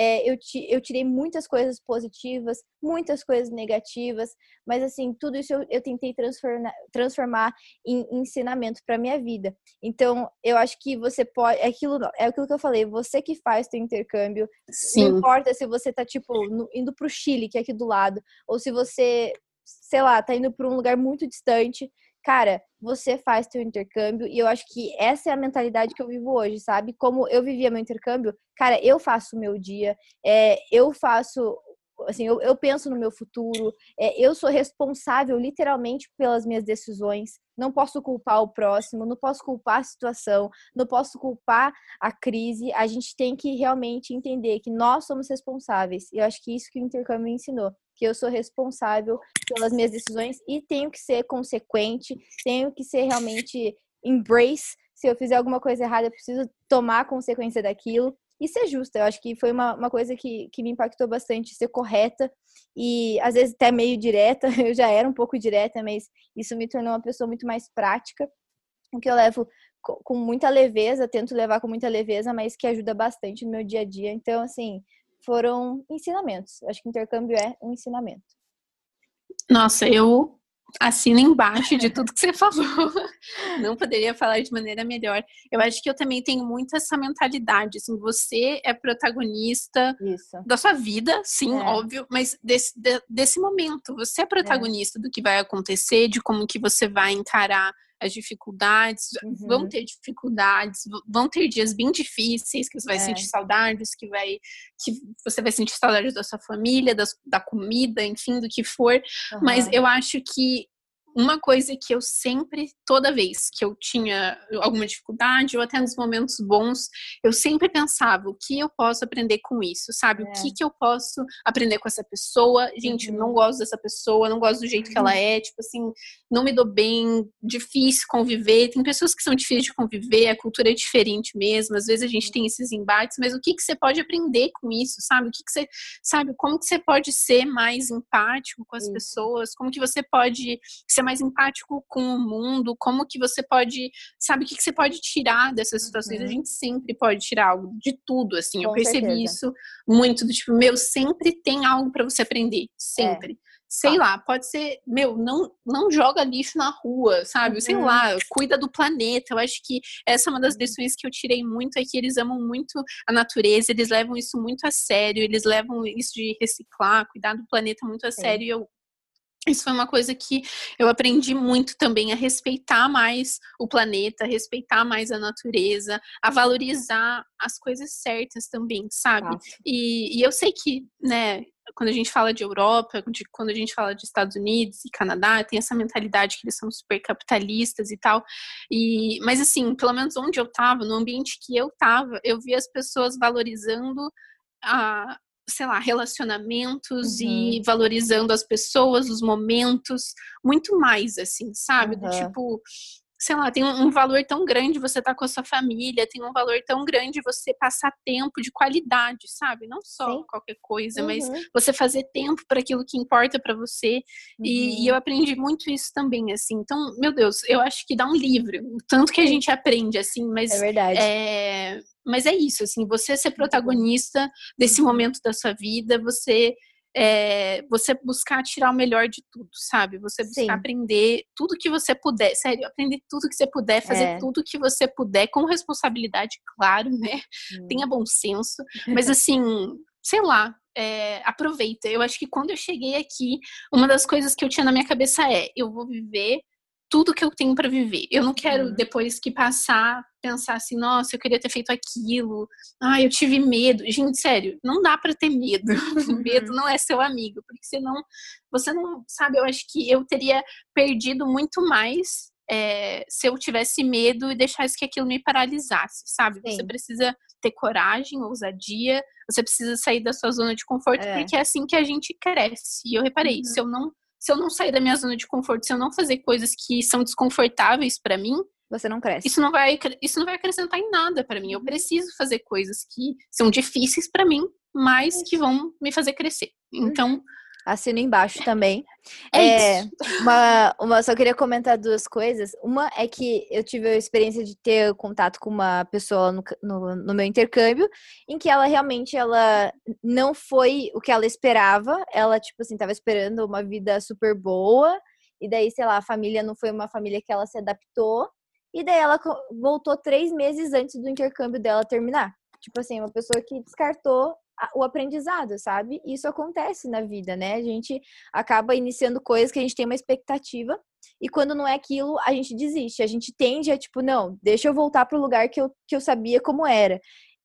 Eu tirei muitas coisas positivas, muitas coisas negativas, mas, assim, tudo isso eu tentei transformar em ensinamento para minha vida. Então, eu acho que você pode... É aquilo que eu falei. Você que faz teu intercâmbio, não Sim. importa se você tá, tipo, indo pro Chile, que é aqui do lado, ou se você, sei lá, tá indo para um lugar muito distante. Cara, você faz teu intercâmbio e eu acho que essa é a mentalidade que eu vivo hoje, sabe? Como eu vivia meu intercâmbio, cara, eu faço o meu dia, eu faço, assim, eu penso no meu futuro, eu sou responsável literalmente pelas minhas decisões, não posso culpar o próximo, não posso culpar a situação, não posso culpar a crise, a gente tem que realmente entender que nós somos responsáveis, e eu acho que isso que o intercâmbio me ensinou, que eu sou responsável pelas minhas decisões e tenho que ser consequente, tenho que ser realmente embrace. Se eu fizer alguma coisa errada, eu preciso tomar a consequência daquilo e ser justa. Eu acho que foi uma coisa que me impactou bastante, ser correta e às vezes até meio direta. Eu já era um pouco direta, mas isso me tornou uma pessoa muito mais prática, o que eu levo com muita leveza, tento levar com muita leveza, mas que ajuda bastante no meu dia a dia. Então, assim, foram ensinamentos. Eu acho que intercâmbio é um ensinamento. Nossa, eu assino embaixo de tudo que você falou. Não poderia falar de maneira melhor. Eu acho que eu também tenho muito essa mentalidade, assim, você é protagonista Isso. da sua vida, sim, óbvio, mas desse momento, você é protagonista do que vai acontecer, de como que você vai encarar as dificuldades, vão ter dificuldades, vão ter dias bem difíceis, que você vai sentir saudades, que você vai sentir saudades da sua família, da comida, enfim, do que for, mas eu acho que uma coisa que eu sempre, toda vez que eu tinha alguma dificuldade, ou até nos momentos bons, eu sempre pensava, o que eu posso aprender com isso, sabe? O que eu posso aprender com essa pessoa? Gente, não gosto dessa pessoa, não gosto do jeito que ela é, tipo assim, não me dou bem, difícil conviver. Tem pessoas que são difíceis de conviver, a cultura é diferente mesmo, às vezes a gente tem esses embates, mas o que você pode aprender com isso, sabe? O que você, sabe, como que você pode ser mais empático com as pessoas? Como que você pode ser mais empático com o mundo, como que você pode, sabe, o que você pode tirar dessas situações, a gente sempre pode tirar algo de tudo, assim, eu percebi isso muito, do tipo, sempre tem algo para você aprender, sempre, sei lá, pode ser, não joga lixo na rua, sabe? Sei lá, cuida do planeta. Eu acho que essa é uma das lições que eu tirei muito, é que eles amam muito a natureza, eles levam isso muito a sério, eles levam isso de reciclar, cuidar do planeta muito a sério, e isso foi uma coisa que eu aprendi muito também, a respeitar mais o planeta, a respeitar mais a natureza, a valorizar as coisas certas também, sabe? E eu sei que, né, quando a gente fala de Europa, quando a gente fala de Estados Unidos e Canadá, tem essa mentalidade que eles são super capitalistas e tal. Mas assim, pelo menos onde eu tava, no ambiente que eu tava, eu vi as pessoas valorizando sei lá, relacionamentos e valorizando as pessoas, os momentos, muito mais, assim, sabe? Do tipo, sei lá, tem um valor tão grande você estar com a sua família, tem um valor tão grande você passar tempo de qualidade, sabe? Não só qualquer coisa, mas você fazer tempo para aquilo que importa para você. E eu aprendi muito isso também, assim. Então, meu Deus, eu acho que dá um livro, tanto que a gente aprende, assim, mas é verdade. Mas é isso, assim, você ser protagonista desse momento da sua vida, você buscar tirar o melhor de tudo, sabe? Você buscar aprender tudo que você puder, sério, aprender tudo que você puder, fazer tudo que você puder, com responsabilidade, claro, né? Tenha bom senso, mas assim, sei lá, aproveita. Eu acho que quando eu cheguei aqui, uma das coisas que eu tinha na minha cabeça eu vou viver tudo que eu tenho para viver. Eu não quero, depois que passar, pensar assim, nossa, eu queria ter feito aquilo. Eu tive medo. Gente, sério, não dá para ter medo. Medo não é seu amigo, porque senão, você não, sabe, eu acho que eu teria perdido muito mais se eu tivesse medo e deixasse que aquilo me paralisasse, sabe? Você precisa ter coragem, ousadia, você precisa sair da sua zona de conforto, porque é assim que a gente cresce. E eu reparei, se eu não sair da minha zona de conforto, se eu não fazer coisas que são desconfortáveis para mim, você não cresce. Isso não vai acrescentar em nada para mim. Eu preciso fazer coisas que são difíceis para mim, mas que vão me fazer crescer. Então, assino embaixo também. Isso. Só queria comentar duas coisas. Uma é que eu tive a experiência de ter contato com uma pessoa no meu intercâmbio, em que ela não foi o que ela esperava. Ela, tipo assim, tava esperando uma vida super boa. E daí, sei lá, a família não foi uma família que ela se adaptou. E daí ela voltou 3 meses antes do intercâmbio dela terminar. Tipo assim, uma pessoa que descartou o aprendizado, sabe? Isso acontece na vida, né? A gente acaba iniciando coisas que a gente tem uma expectativa e quando não é aquilo, a gente desiste. A gente tende a, tipo, não, deixa eu voltar para o lugar que eu sabia como era.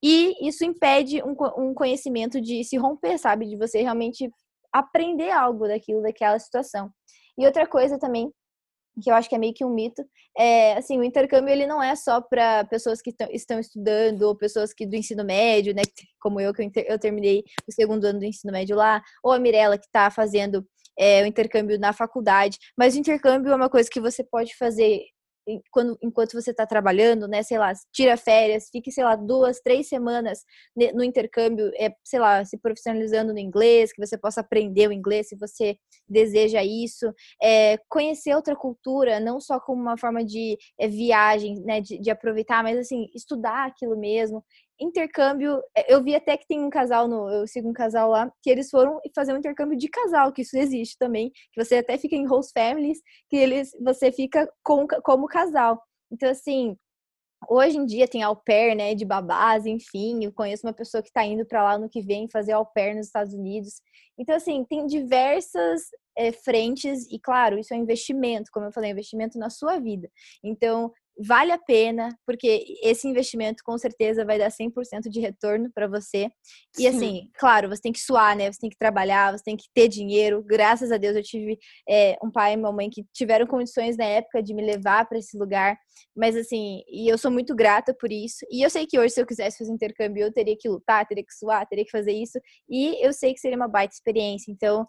E isso impede um conhecimento de se romper, sabe? De você realmente aprender algo daquela situação. E outra coisa também, que eu acho que é meio que um mito, assim, o intercâmbio ele não é só para pessoas que estão estudando ou pessoas que do ensino médio, né, como eu, que eu terminei o 2º ano do ensino médio lá, ou a Mirella que está fazendo o intercâmbio na faculdade, mas o intercâmbio é uma coisa que você pode fazer enquanto você está trabalhando, né, sei lá, tira férias, fique, sei lá, 2, 3 semanas no intercâmbio, sei lá, se profissionalizando no inglês, que você possa aprender o inglês se você deseja isso, conhecer outra cultura, não só como uma forma de viagem, né, de aproveitar, mas assim, estudar aquilo mesmo. Intercâmbio, eu vi até que tem um casal, eu sigo um casal lá, que eles foram fazer um intercâmbio de casal, que isso existe também, que você até fica em host families, que você fica como casal. Então, assim, hoje em dia tem au pair, né, de babás, enfim, eu conheço uma pessoa que tá indo para lá no que vem fazer au pair nos Estados Unidos. Então, assim, tem diversas frentes e, claro, isso é um investimento, como eu falei, investimento na sua vida. Então, vale a pena, porque esse investimento com certeza vai dar 100% de retorno para você. E assim, claro, você tem que suar, né? Você tem que trabalhar, você tem que ter dinheiro. Graças a Deus eu tive um pai e uma mãe que tiveram condições na época de me levar para esse lugar. Mas assim, e eu sou muito grata por isso. E eu sei que hoje, se eu quisesse fazer intercâmbio, eu teria que lutar, teria que suar, teria que fazer isso. E eu sei que seria uma baita experiência. Então,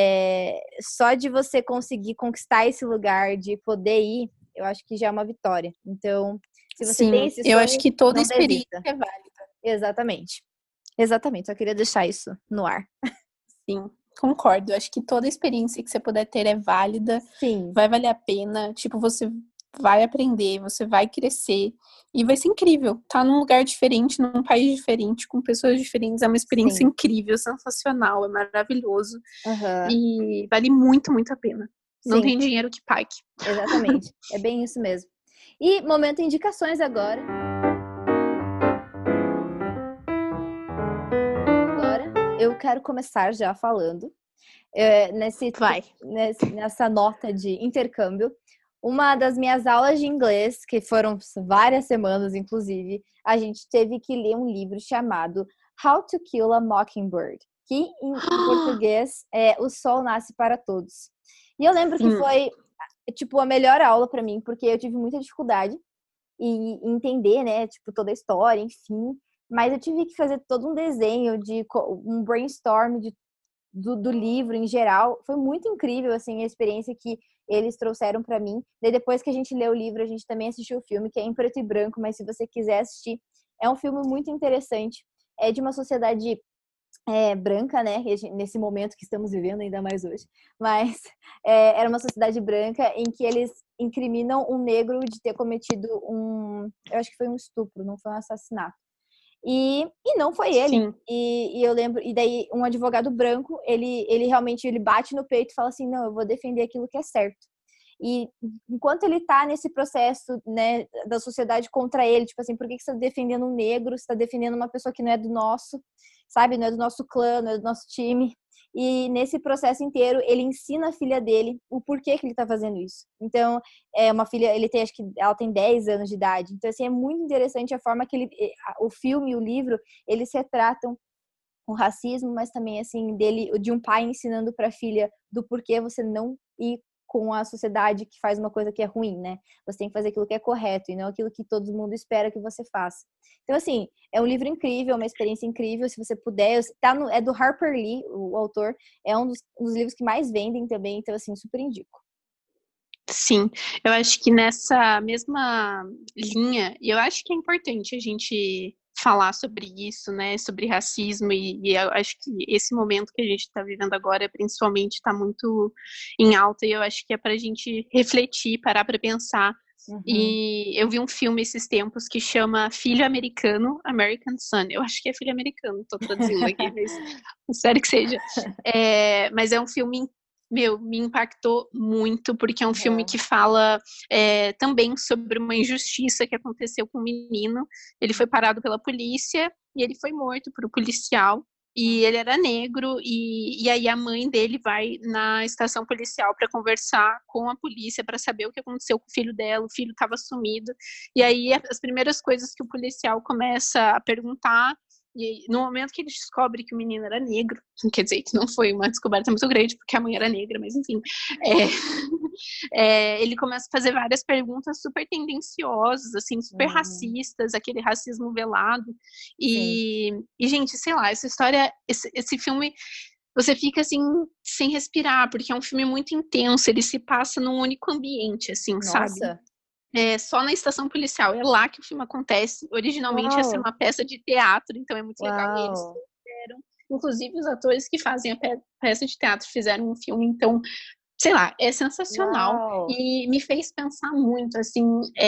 só de você conseguir conquistar esse lugar, de poder ir, eu acho que já é uma vitória. Então, se você tem esse sonho, eu acho que toda não experiência desista. é válida. Exatamente. Exatamente. Só queria deixar isso no ar. Sim, concordo. Eu acho que toda experiência que você puder ter é válida. Sim. Vai valer a pena. Tipo, você vai aprender, você vai crescer e vai ser incrível. Tá num lugar diferente, num país diferente, com pessoas diferentes, é uma experiência incrível, sensacional, é maravilhoso. E vale muito, muito a pena. Não tem dinheiro que pague. Exatamente, é bem isso mesmo. E momento indicações agora. Agora eu quero começar já falando nessa nota de intercâmbio. Uma das minhas aulas de inglês, que foram várias semanas, inclusive, a gente teve que ler um livro chamado How to Kill a Mockingbird, que em português é O Sol Nasce para Todos. E eu lembro que foi, tipo, a melhor aula para mim, porque eu tive muita dificuldade em entender, né, tipo, toda a história, enfim. Mas eu tive que fazer todo um desenho, um brainstorm do livro em geral. Foi muito incrível, assim, a experiência que eles trouxeram para mim. Daí depois que a gente leu o livro, a gente também assistiu o filme, que é em preto e branco, mas se você quiser assistir, é um filme muito interessante. É de uma sociedade branca, né? Nesse momento que estamos vivendo, ainda mais hoje. Mas era uma sociedade branca em que eles incriminam um negro de ter cometido eu acho que foi um estupro, não foi um assassinato. E não foi ele. E eu lembro, e daí um advogado branco, ele realmente bate no peito e fala assim, não, eu vou defender aquilo que é certo. E enquanto ele tá nesse processo, né, da sociedade contra ele, tipo assim, por que você tá defendendo um negro? Você tá defendendo uma pessoa que não é do nosso, sabe? Não é do nosso clã, não é do nosso time. E nesse processo inteiro, ele ensina a filha dele o porquê que ele tá fazendo isso. Então, uma filha, acho que ela tem 10 anos de idade. Então, assim, é muito interessante a forma que o filme e o livro, eles retratam o racismo, mas também, assim, de um pai ensinando pra filha do porquê você não ir com a sociedade que faz uma coisa que é ruim, né? Você tem que fazer aquilo que é correto e não aquilo que todo mundo espera que você faça. Então, assim, é um livro incrível, uma experiência incrível. Se você puder, é do Harper Lee, o autor. É um dos livros que mais vendem também. Então, assim, super indico. Sim, eu acho que nessa mesma linha, e eu acho que é importante a gente falar sobre isso, né, sobre racismo, e eu acho que esse momento que a gente está vivendo agora, principalmente, está muito em alta, e eu acho que é para a gente refletir, parar para pensar. E eu vi um filme esses tempos que chama Filho Americano, American Son. Eu acho que é Filho Americano, tô traduzindo aqui, mas espero que seja. Mas é um filme, me impactou muito, porque é um filme que fala também sobre uma injustiça que aconteceu com um menino. Ele foi parado pela polícia e ele foi morto por um policial. E ele era negro, e aí a mãe dele vai na estação policial para conversar com a polícia para saber o que aconteceu com o filho dela. O filho estava sumido. E aí as primeiras coisas que o policial começa a perguntar, e no momento que ele descobre que o menino era negro, quer dizer, que não foi uma descoberta muito grande, porque a mãe era negra, mas enfim, ele começa a fazer várias perguntas super tendenciosas, assim, super racistas, aquele racismo velado. E, gente, sei lá, essa história, esse filme, você fica assim, sem respirar, porque é um filme muito intenso, ele se passa num único ambiente, assim, sabe? Só na estação policial, é lá que o filme acontece. Originalmente ia ser uma peça de teatro, então é muito legal. E eles fizeram, inclusive os atores que fazem a peça de teatro fizeram um filme, então, sei lá, é sensacional. E me fez pensar muito, assim,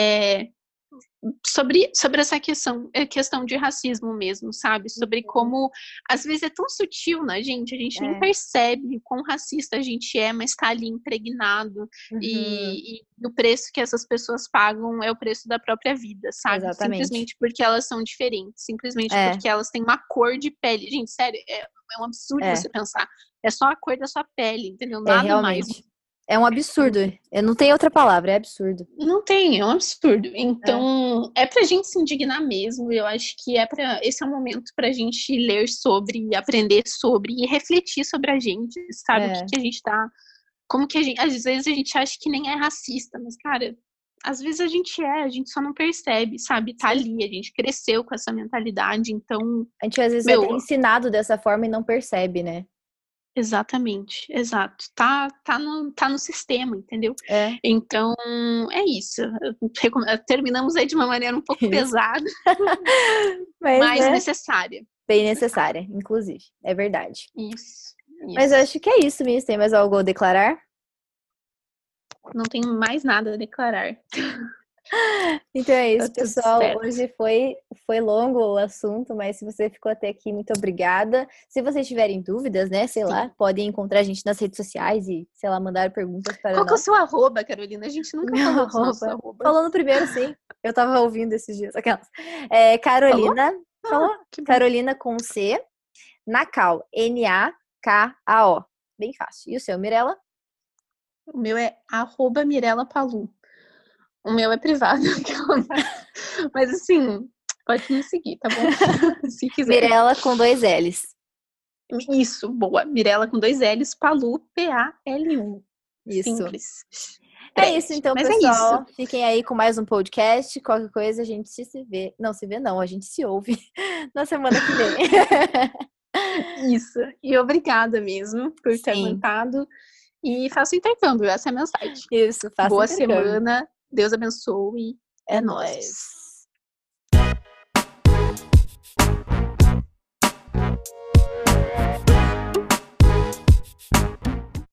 sobre essa questão de racismo mesmo, sabe? Sobre como, às vezes, é tão sutil na gente, a gente nem percebe quão racista a gente é, mas tá ali impregnado. E o preço que essas pessoas pagam é o preço da própria vida, sabe? Exatamente. Simplesmente porque elas são diferentes, simplesmente porque elas têm uma cor de pele. Gente, sério, é um absurdo você pensar. É só a cor da sua pele, entendeu? Nada realmente. mais. É um absurdo. Eu não tenho outra palavra, é absurdo. Não tem, é um absurdo. Então, é pra gente se indignar mesmo. Eu acho que esse é o momento pra gente ler sobre, aprender sobre e refletir sobre a gente, sabe? O que a gente tá. Como que às vezes a gente acha que nem é racista, mas, cara, às vezes a gente só não percebe, sabe? Tá ali, a gente cresceu com essa mentalidade, então. A gente às vezes é até ensinado dessa forma e não percebe, né? Exatamente, exato. Tá no sistema, entendeu? Então, é isso. Terminamos aí de uma maneira um pouco pesada, mas necessária. Bem necessária, inclusive. É verdade. Isso. Mas eu acho que é isso, Miss. Tem mais algo a declarar? Não tenho mais nada a declarar. Então é isso, Tá tudo pessoal. certo. Hoje foi longo o assunto, mas se você ficou até aqui, muito obrigada. Se vocês tiverem dúvidas, né, sei lá, podem encontrar a gente nas redes sociais e, sei lá, mandar perguntas para Qual que é o nós. seu arroba, Carolina? A gente nunca Meu falou dos nossos arroba. arrobas. Falou no primeiro, sim. Eu tava ouvindo esses dias. Aquelas. Carolina. Falou? Que bom. Carolina com C. Nakao. Nakao. Bem fácil. E o seu, Mirella? O meu é @MirelaPalu. O meu é privado. Mas assim, pode me seguir, tá bom? Se quiser. Mirella com 2 L's. Isso, boa. Mirella com 2 L's, Palu, Palu. Isso. Simples. É isso, então, Mas pessoal. É isso. Fiquem aí com mais um podcast. Qualquer coisa, a gente se vê. Não, se vê não, a gente se ouve na semana que vem. Isso. E obrigada mesmo por ter aguentado. E faça o intercâmbio, essa é a mensagem. Isso, faça Boa intercâmbio. semana. Deus abençoe. É nóis.